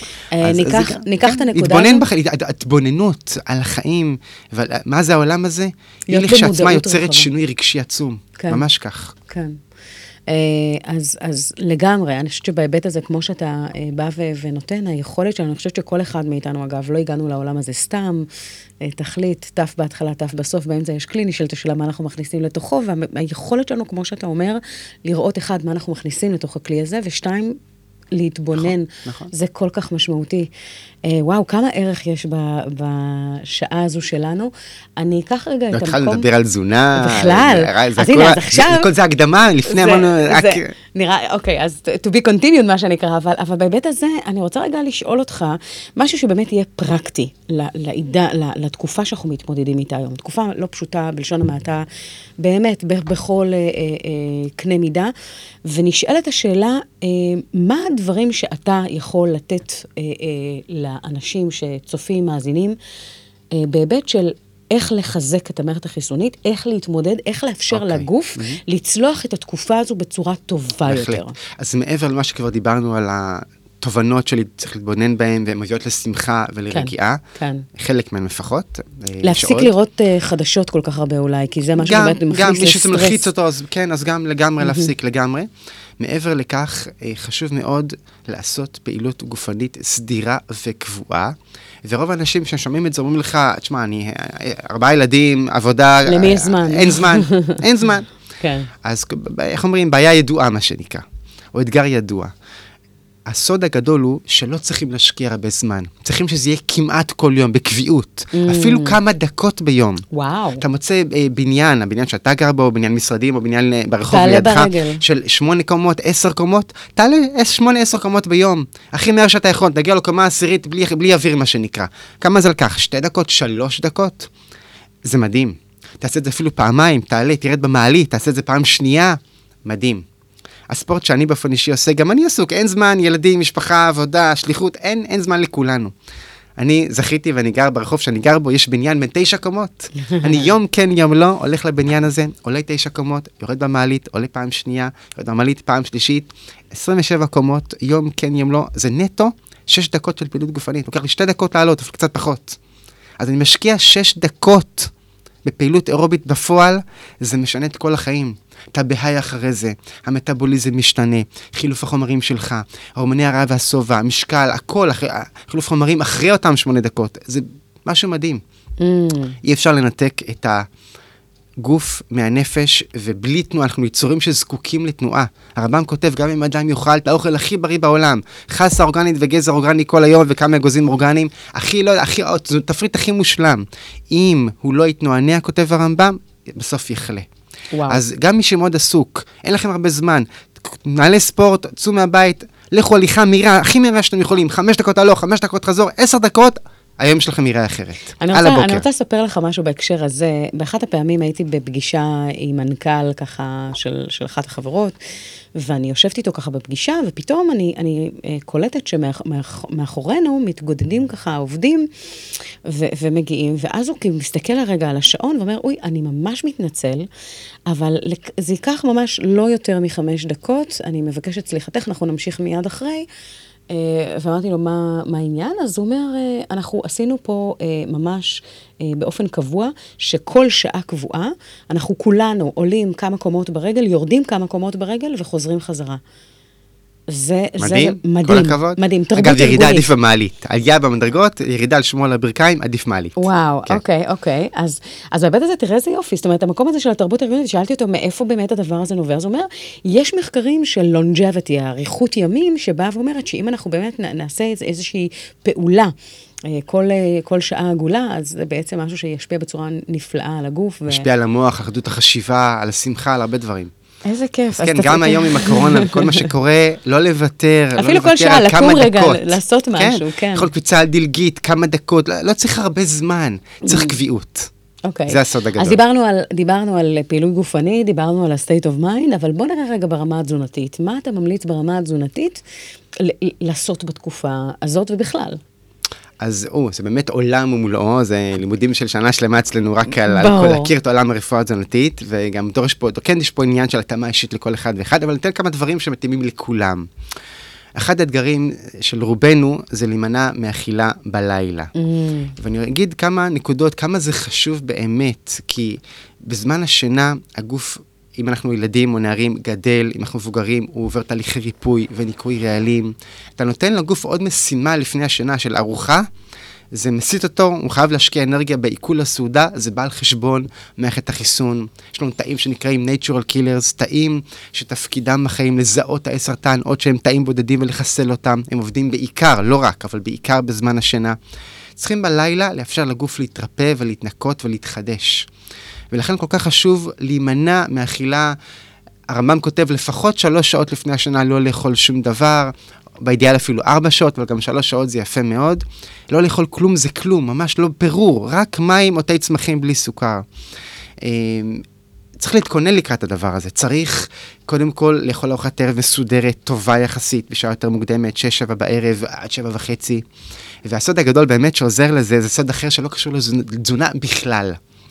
ניקח את הנקודה הזו.
התבוננות על החיים, מה זה העולם הזה, היא לכשעצמה יוצרת שינוי רגשי עצום. ממש כך.
כן. אז לגמרי, אני חושבת שבהיבט הזה, כמו שאתה בא ונותן, היכולת שלנו, אני חושבת שכל אחד מאיתנו, אגב, לא הגענו לעולם הזה סתם, תכלית, תף בהתחלה, תף בסוף, באמצע יש כלי, נשאלת השאלה מה אנחנו מכניסים לתוכו, והיכולת שלנו, כמו שאתה אומר, לראות אחד מה אנחנו מכניסים לתוך הכלי הזה, ושתיים, להתבונן, נכון. זה כל כך משמעותי. וואו, כמה ערך יש בשעה הזו שלנו. אני אקח רגע את המקום... התחלנו לדבר
על תזונה.
בכלל. אז הנה, אז עכשיו...
כל זה הקדמה, לפני אמרנו...
נראה, אוקיי, אז to be continued, מה שנקרא, אבל בהיבט הזה, אני רוצה רגע לשאול אותך, משהו שבאמת יהיה פרקטי לתקופה שאנחנו מתמודדים איתה היום. תקופה לא פשוטה, בלשון המעטה, באמת, בכל קנה מידה, ונשאלת השאלה, מה הדברים שאתה יכול לתת לאנשים שצופים, מאזינים, בהיבט של איך לחזק את המערכת החיסונית, איך להתמודד, איך לאפשר
אוקיי.
לגוף לצלוח את התקופה הזו בצורה טובה יותר.
אז מעבר למה שכבר דיברנו על התובנות שלי, צריך להתבונן בהן, והן מביאות לשמחה ולרגיעה,
כן.
חלק מהן לפחות.
להפסיק לראות חדשות כל כך הרבה אולי, כי זה מה שבאמת מכניס
גם
לסטרס.
מי שזה מלחיץ אותו, אז כן, אז גם לגמרי להפסיק לגמרי. מעבר לכך, חשוב מאוד לעשות פעילות גופנית סדירה וקבועה, ורוב האנשים ששומעים את זה אומרים לך, תשמע, אני 4 ילדים, עבודה...
למי יש זמן?
אין זמן, אין זמן.
כן.
אז איך אומרים, בעיה ידועה מה שנקרא, או אתגר ידוע. הסוד הגדול הוא שלא צריכים להשקיע הרבה זמן. צריכים שזה יהיה כמעט כל יום, בקביעות. אפילו כמה דקות ביום.
וואו.
אתה מוצא בניין, הבניין שאתה גר בו, בניין משרדים, או בניין ברחוב
תעלה
לידך,
ברגל.
של 8 קומות, 10 קומות, תעלה 8-10 קומות ביום. הכי מהר שאתה יכול, תגיע לקומה עשירית בלי אוויר מה שנקרא. כמה זה לקח? 2 דקות, 3 דקות? זה מדהים. תעשה את זה אפילו פעמיים, תעלה, תרד במעלית, תעשה את זה פעם שנייה. מדהים. הספורט שאני באופן אישי עושה, גם אני עסוק, אין זמן, ילדים, משפחה, עבודה, שליחות, אין זמן לכולנו. אני זכיתי ואני גר ברחוב שאני גר בו, יש בניין בין 9 קומות. אני יום כן, יום לא, הולך לבניין הזה, עולה 9 קומות, יורד במעלית, עולה פעם שנייה, יורד במעלית פעם שלישית, 27 קומות, יום כן, יום לא, זה נטו 6 דקות של פעילות גופנית. לוקח לי 2 דקות לעלות, אפילו קצת פחות. אז אני משקיע 6 דקות בפעילות אירובית בפועל, זה משנה את כל החיים. אתה בהי אחרי זה, המטאבוליזם משתנה, חילוף החומרים שלך, הורמוני הרעב והסובה, המשקל, הכל, חילוף חומרים אחרי אותם 8 דקות. זה משהו מדהים. אי אפשר לנתק את הגוף מהנפש, ובלי תנועה, אנחנו יצורים שזקוקים לתנועה. הרמב"ם כותב, גם אם אדם יאכל את האוכל הכי בריא בעולם, חסה אורגנית וגזר אורגני כל היום, וכמה אגוזים אורגניים, זה תפריט הכי מושלם. אם הוא לא יתנוענע, כותב הרמב"ם, בסוף יחלה.
וואו.
אז גם מי שמאוד עסוק, אין לכם הרבה זמן, נעלי ספורט, צאו מהבית, לכו הליכה מהירה, הכי מהירה שאתם יכולים, 5 דקות הלוך, 5 דקת חזור, 10 דקות, היום שלכם יראה אחרת.
אני רוצה לספר לך משהו בהקשר הזה. באחת הפעמים הייתי בפגישה עם מנכ"ל ככה של אחת החברות, ואני יושבת איתו ככה בפגישה, ופתאום אני קולטת שמאחורינו מתגודדים ככה עובדים ומגיעים, ואז הוא מסתכל הרגע על השעון ואומר, אוי, אני ממש מתנצל, אבל זה ייקח ממש לא יותר מ5 דקות, אני מבקשת סליחתך, אנחנו נמשיך מיד אחרי, ואמרתי לו, מה העניין? אז הוא אומר, אנחנו עשינו פה ממש באופן קבוע, שכל שעה קבועה, אנחנו כולנו עולים כמה קומות ברגל, יורדים כמה קומות ברגל וחוזרים חזרה. זה מדהים,
כל הכבוד.
מדהים, תרבות
אגב, ירידה
ארגונית.
עדיף במעלית. עלייה במדרגות, ירידה על שמאל הברכיים, עדיף מעלית.
וואו,
כן.
אוקיי. אז בהיבט הזה, תראה איזה יופי. זאת אומרת, המקום הזה של התרבות הארגונית, שאלתי אותו מאיפה באמת הדבר הזה נובע. אז הוא אומר, יש מחקרים של longevity, האריכות ימים, שבאה ואומרת שאם אנחנו באמת נעשה איזושהי פעולה, כל שעה עגולה, אז זה בעצם משהו שישפיע בצורה נפלאה על הגוף.
משפיע על המוח, אחדות החשיבה, על השמחה, על הרבה דברים.
איזה כיף.
כן, גם היום עם הקורונה, וכל מה שקורה, לא לוותר,
אפילו כל שעה, לקום רגע, לעשות משהו, כן.
יכול קפיצה על דלגית, כמה דקות, לא צריך הרבה זמן, צריך קביעות.
אוקיי.
זה הסוד הגדול.
אז דיברנו על פעילות גופנית, דיברנו על ה-state of mind, אבל בוא נראה רגע ברמה התזונתית. מה אתה ממליץ ברמה התזונתית לעשות בתקופה הזאת ובכלל?
אז זה באמת עולם ומולאו, זה לימודים של שנה שלמה אצלנו רק על כל להכיר את עולם הרפואה התזונתית, וגם דורש פה, כן יש פה עניין של התאמה אישית לכל אחד ואחד, אבל ניתן כמה דברים שמתאימים לכולם. אחד האתגרים של רובנו זה להימנע מאכילה בלילה. ואני אגיד כמה נקודות, כמה זה חשוב באמת, כי בזמן השינה הגוף, אם אנחנו ילדים או נערים, גדל, אם אנחנו מבוגרים, הוא עובר תהליכי ריפוי וניקוי רעלים. אתה נותן לגוף עוד משימה לפני השינה של ארוחה, זה מסית אותו, הוא חייב להשקיע אנרגיה בעיכול הסעודה, זה בא על חשבון מערכת החיסון. יש לנו תאים שנקראים natural killers, תאים שתפקידם בחיים לזהות תאי סרטן, עוד שהם תאים בודדים ולחסל אותם. הם עובדים בעיקר, לא רק, אבל בעיקר בזמן השינה. צריכים בלילה לאפשר לגוף להתרפא ולהתנקות ולהתחדש. ולכן כל כך חשוב להימנע מאכילה, הרמב"ם כותב לפחות 3 שעות לפני השינה לא לאכול שום דבר, באידיאל אפילו 4 שעות, אבל גם 3 שעות זה יפה מאוד. לא לאכול כלום זה כלום, ממש לא פירור, רק מים או תאי צמחים בלי סוכר. צריך להתכונן לקראת הדבר הזה. צריך, קודם כל, לאכול ארוחת ערב מסודרת, טובה יחסית, בשעה יותר מוקדמת, 6-7 בערב, עד 7:30. והסוד הגדול באמת שעוזר לזה, זה סוד אחר שלא קשור לתזונה בכלל.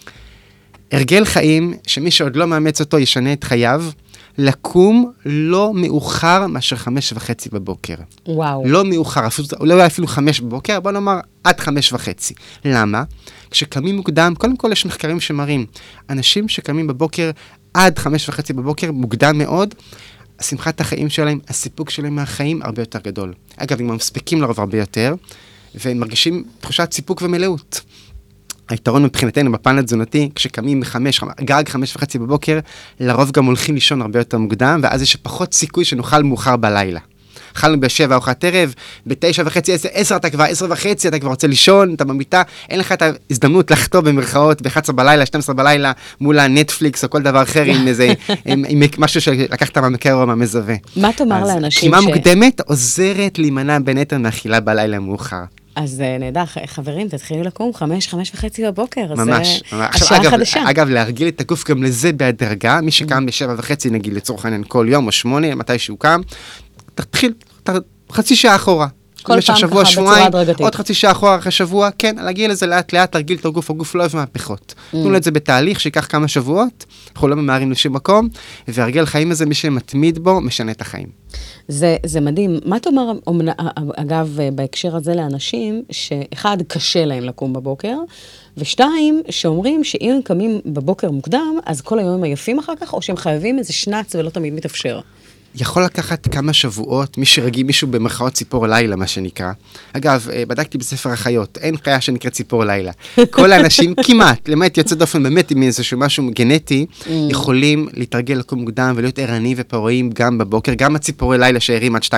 הרגל חיים, שמי שעוד לא מאמץ אותו ישנה את חייו, לקום לא מאוחר מאשר 5:30 בבוקר.
וואו.
לא מאוחר, לא אפילו 5 בבוקר, בוא נאמר עד 5:30. למה? כשקמים מוקדם, קודם כל יש מחקרים שמראים, אנשים שקמים בבוקר עד 5:30 בבוקר, מוקדם מאוד, שמחת החיים שלהם, הסיפוק שלהם מהחיים הרבה יותר גדול. אגב, הם מספיקים לרוב הרבה יותר, והם מרגישים תחושת סיפוק ומלאות. היתרון מבחינתנו בפן התזונתי, כשקמים גג 5:30 בבוקר, לרוב גם הולכים לישון הרבה יותר מוקדם, ואז יש פחות סיכוי שנאכל מאוחר בלילה. אכלנו ב7 ארוחת ערב, ב9:30, 10 אתה כבר, 10:30 אתה כבר רוצה לישון, אתה במיטה, אין לך את ההזדמנות לחטוא במרכאות ב11 בלילה, 12 בלילה, מול הנטפליקס או כל דבר אחר, עם משהו שלקחת מהמקרר או מהמזווה.
מה תאמר לאנשים
קימה מוקדמת עוזרת להימנע בין היתר מאכילה בלילה מאוחר.
אז נהדר, חברים, תתחילו לקום 5:30 בבוקר.
ממש.
השעה חדשה.
אגב, להרגיל את הגוף גם לזה בהדרגה, מי שקם ב7:30, נגיד לצורך העניין כל יום או 8, מתי שהוא קם, תתחיל חצי שעה אחורה.
כל פעם ככה בצורה הדרגתית.
עוד חצי שעה אחורה אחרי שבוע, כן, להגיע לזה לאט לאט, תרגיל את הגוף, הגוף לא אוהב מהפכות. תנו לו את זה בתהליך שיקח כמה שבועות, אנחנו לא ממהרים לשום מקום, והרגל חיים הזה, מי שמתמיד בו, משנה את החיים.
זה מדהים. מה תאמר, אגב, בהקשר הזה לאנשים, שאחד, קשה להם לקום בבוקר, ושתיים, שאומרים שאם הם קמים בבוקר מוקדם, אז כל היום הם עייפים אחר כך, או שהם חייבים איזה שנץ ולא תמיד מתאפשר.
יכול לקחת כמה שבועות, מי שרגיל מישהו במרכאות ציפור לילה, מה שנקרא. אגב, בדקתי בספר החיות, אין חיה שנקראת ציפור לילה. כל האנשים כמעט, למעט יוצא דופן באמת עם איזשהו משהו גנטי, יכולים להתרגל לקום מוקדם ולהיות ערני ופורעים גם בבוקר, גם הציפורי לילה שערים עד 2-3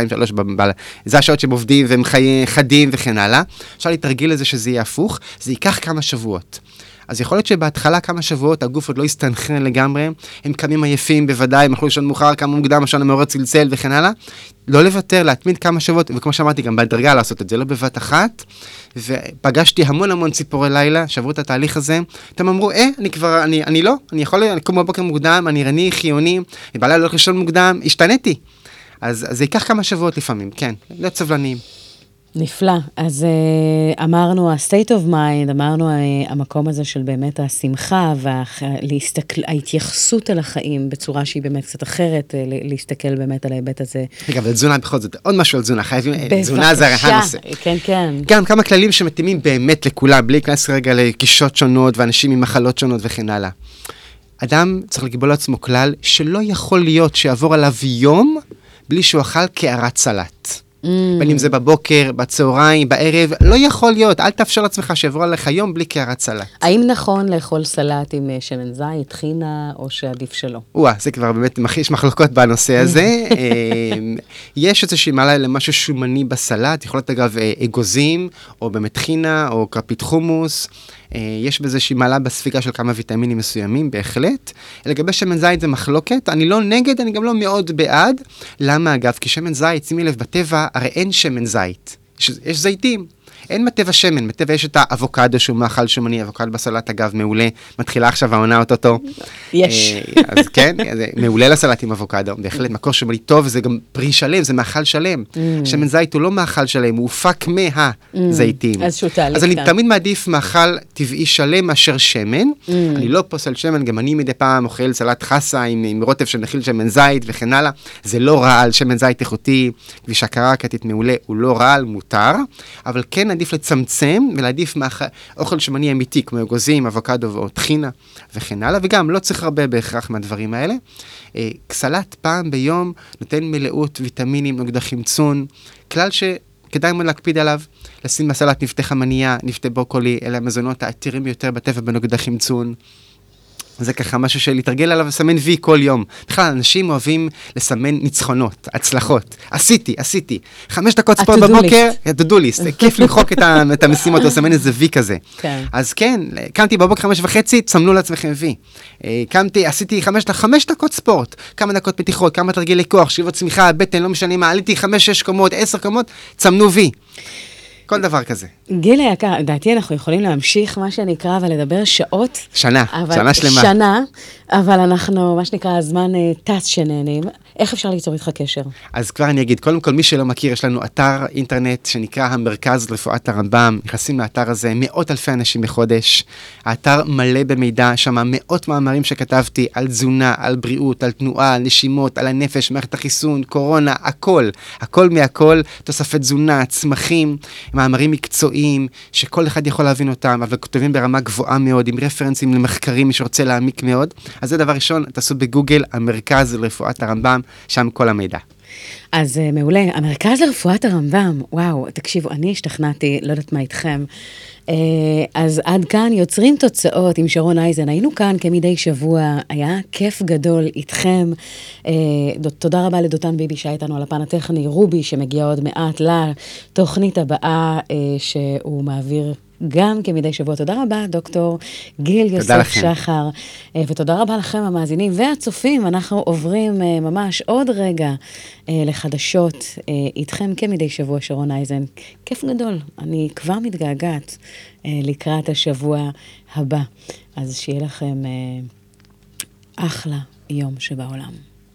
זה השעות שהם עובדים והם חדים וכן הלאה. אפשר להתרגל לזה שזה יהיה הפוך, זה ייקח כמה שבועות. אז יכול להיות שבהתחלה כמה שבועות הגוף עוד לא יסתנכרן לגמרי, הם קמים עייפים בוודאי, הם יכולו לישון מאוחר, כמה מוקדם, השעון המעורר צלצל וכן הלאה, לא לוותר, להתמיד כמה שבועות, וכמו שאמרתי גם בהדרגה לעשות את זה, לא בבת אחת, ופגשתי המון ציפורי לילה, שעברו את התהליך הזה, אתם אמרו, אני לא, אני יכול לקום בבוקר מוקדם, אני ערני, חיוני, בלילה לא לישון מוקדם, השתניתי. אז זה ייקח כמה שבועות לפעמים, כן, להיות סבלניים.
נפלא. אז אמרנו ה-state of mind, אמרנו המקום הזה של באמת השמחה וההתייחסות על החיים בצורה שהיא באמת קצת אחרת, להסתכל באמת על ההיבט הזה.
רגע, אבל תזונה בכל זאת, עוד משהו על תזונה, חייבים, תזונה זה הנושא.
כן, כן.
גם כמה כללים שמתאימים באמת לכולם, בלי להיכנס רגע לגישות שונות ואנשים עם מחלות שונות וכן הלאה. אדם צריך לקבול לעצמו כלל שלא יכול להיות שיעבור עליו יום בלי שהוא אכל קערת סלט. בין אם זה בבוקר, בצהריים, בערב, לא יכול להיות, אל תאפשר לעצמך שיעבור עליך יום בלי קערת סלט.
האם נכון לאכול סלט עם שמן זית, טחינה, או שעדיף שלא?
זה כבר באמת, יש מחלוקות בנושא הזה. יש איזושהי מעלה למשהו שומני בסלט, יכול להיות אגב אגוזים, או באמת טחינה, או כפית חומוס. יש באיזושהי מעלה בספיקה של כמה ויטמינים מסוימים, בהחלט. לגבי שמן זית זה מחלוקת, אני לא נגד, אני גם לא מאוד בעד. למה אגב? כי שמן זית, שימי לב, בטבע הרי אין שמן זית. יש זיתים. אין בטבע שמן, בטבע יש את האבוקדו שהוא מאכל שומני, אבוקדו בסלט אגב מעולה, מתחילה עכשיו העונה אותו.
יש.
אז כן, מעולה לסלט עם אבוקדו, בהחלט מקור שומני טוב, זה גם פרי שלם, זה מאכל שלם. שמן זית הוא לא מאכל שלם, הוא הופק מהזיתים. אז אני תמיד מעדיף מאכל טבעי שלם מאשר שמן, אני לא פוסל שמן, גם אני מדי פעם אוכל סלט חסה עם רוטב שמכיל שמן זית וכן הלאה, זה לא רעל, שמן זית איכותי, כביש הקרקטית מעולה, הוא לא רעל, מותר, אבל כן עדיף לצמצם ולעדיף אוכל שמני אמיתי, כמו אגוזים, אבוקדו או טחינה וכן הלאה, וגם לא צריך הרבה בהכרח מהדברים האלה. סלט פעם ביום נותן מלאות ויטמינים, נוגדי חמצון, כלל שכדאי מאוד להקפיד עליו, לשים בסלט נפתי חמניה, נפתי בוקולי, אלה המזונות העתירים ביותר בטבע בנוגדי חמצון. זה ככה משהו שלהתרגל עליו לסמן וי כל יום. בכלל, אנשים אוהבים לסמן ניצחונות, הצלחות. עשיתי. 5 דקות ספורט בבוקר, to-do list. כיף למחוק את המשימות, לסמן איזה וי כזה. אז כן, קמתי בבוקר 5:30, תסמנו לעצמכם וי. עשיתי 5 דקות ספורט, כמה דקות מתיחות, כמה תרגילי כוח, שאיבות צמיחה, בטן, לא משנה מה, עליתי 5-6 קומות, 10 קומות, תסמנו וי. כל דבר כזה.
גיל היקר, לדעתי אנחנו יכולים להמשיך מה שנקרא ולדבר שעות.
שנה שלמה.
שנה, אבל אנחנו, מה שנקרא, הזמן טס שנהנים. איך אפשר ליצור איתך קשר?
אז כבר אני אגיד, קודם כל מי שלא מכיר, יש לנו אתר אינטרנט שנקרא המרכז לרפואת הרמב"ם, נכנסים לאתר הזה מאות אלפי אנשים בחודש, האתר מלא במידע, שם מאות מאמרים שכתבתי על תזונה, על בריאות, על תנועה, על נשימות, על הנפש, מערכת החיסון, קורונה, הכל מהכל, תוספי תזונה, צמחים, מאמרים מקצועיים, שכל אחד יכול להבין אותם, אבל כותבים ברמה גבוהה מאוד, עם רפרנסים למחקרים, מי שרוצה להעמיק מאוד. אז זה דבר ראשון, תעשו בגוגל, המרכז לרפואת הרמב"ם, שם כל המידע.
אז מעולה, המרכז לרפואת הרמב"ם, וואו, תקשיבו, אני השתכנעתי, לא יודעת מה איתכם. אז עד כאן יוצרים תוצאות עם שרון אייזן. היינו כאן כמדי שבוע, היה כיף גדול איתכם. תודה רבה לדותן ביבי שהיה איתנו על הפן הטכני, רובי שמגיע עוד מעט לתוכנית הבאה שהוא מעביר גם כמדי שבוע. תודה רבה, דוקטור גיל יוסף שחר, ותודה רבה לכם המאזינים והצופים. אנחנו עוברים ממש עוד רגע לחדשות איתכם כמדי שבוע, שרון אייזן. כיף גדול, אני כבר מתגעגעת לקראת השבוע הבא. אז שיהיה לכם אחלה יום שבעולם.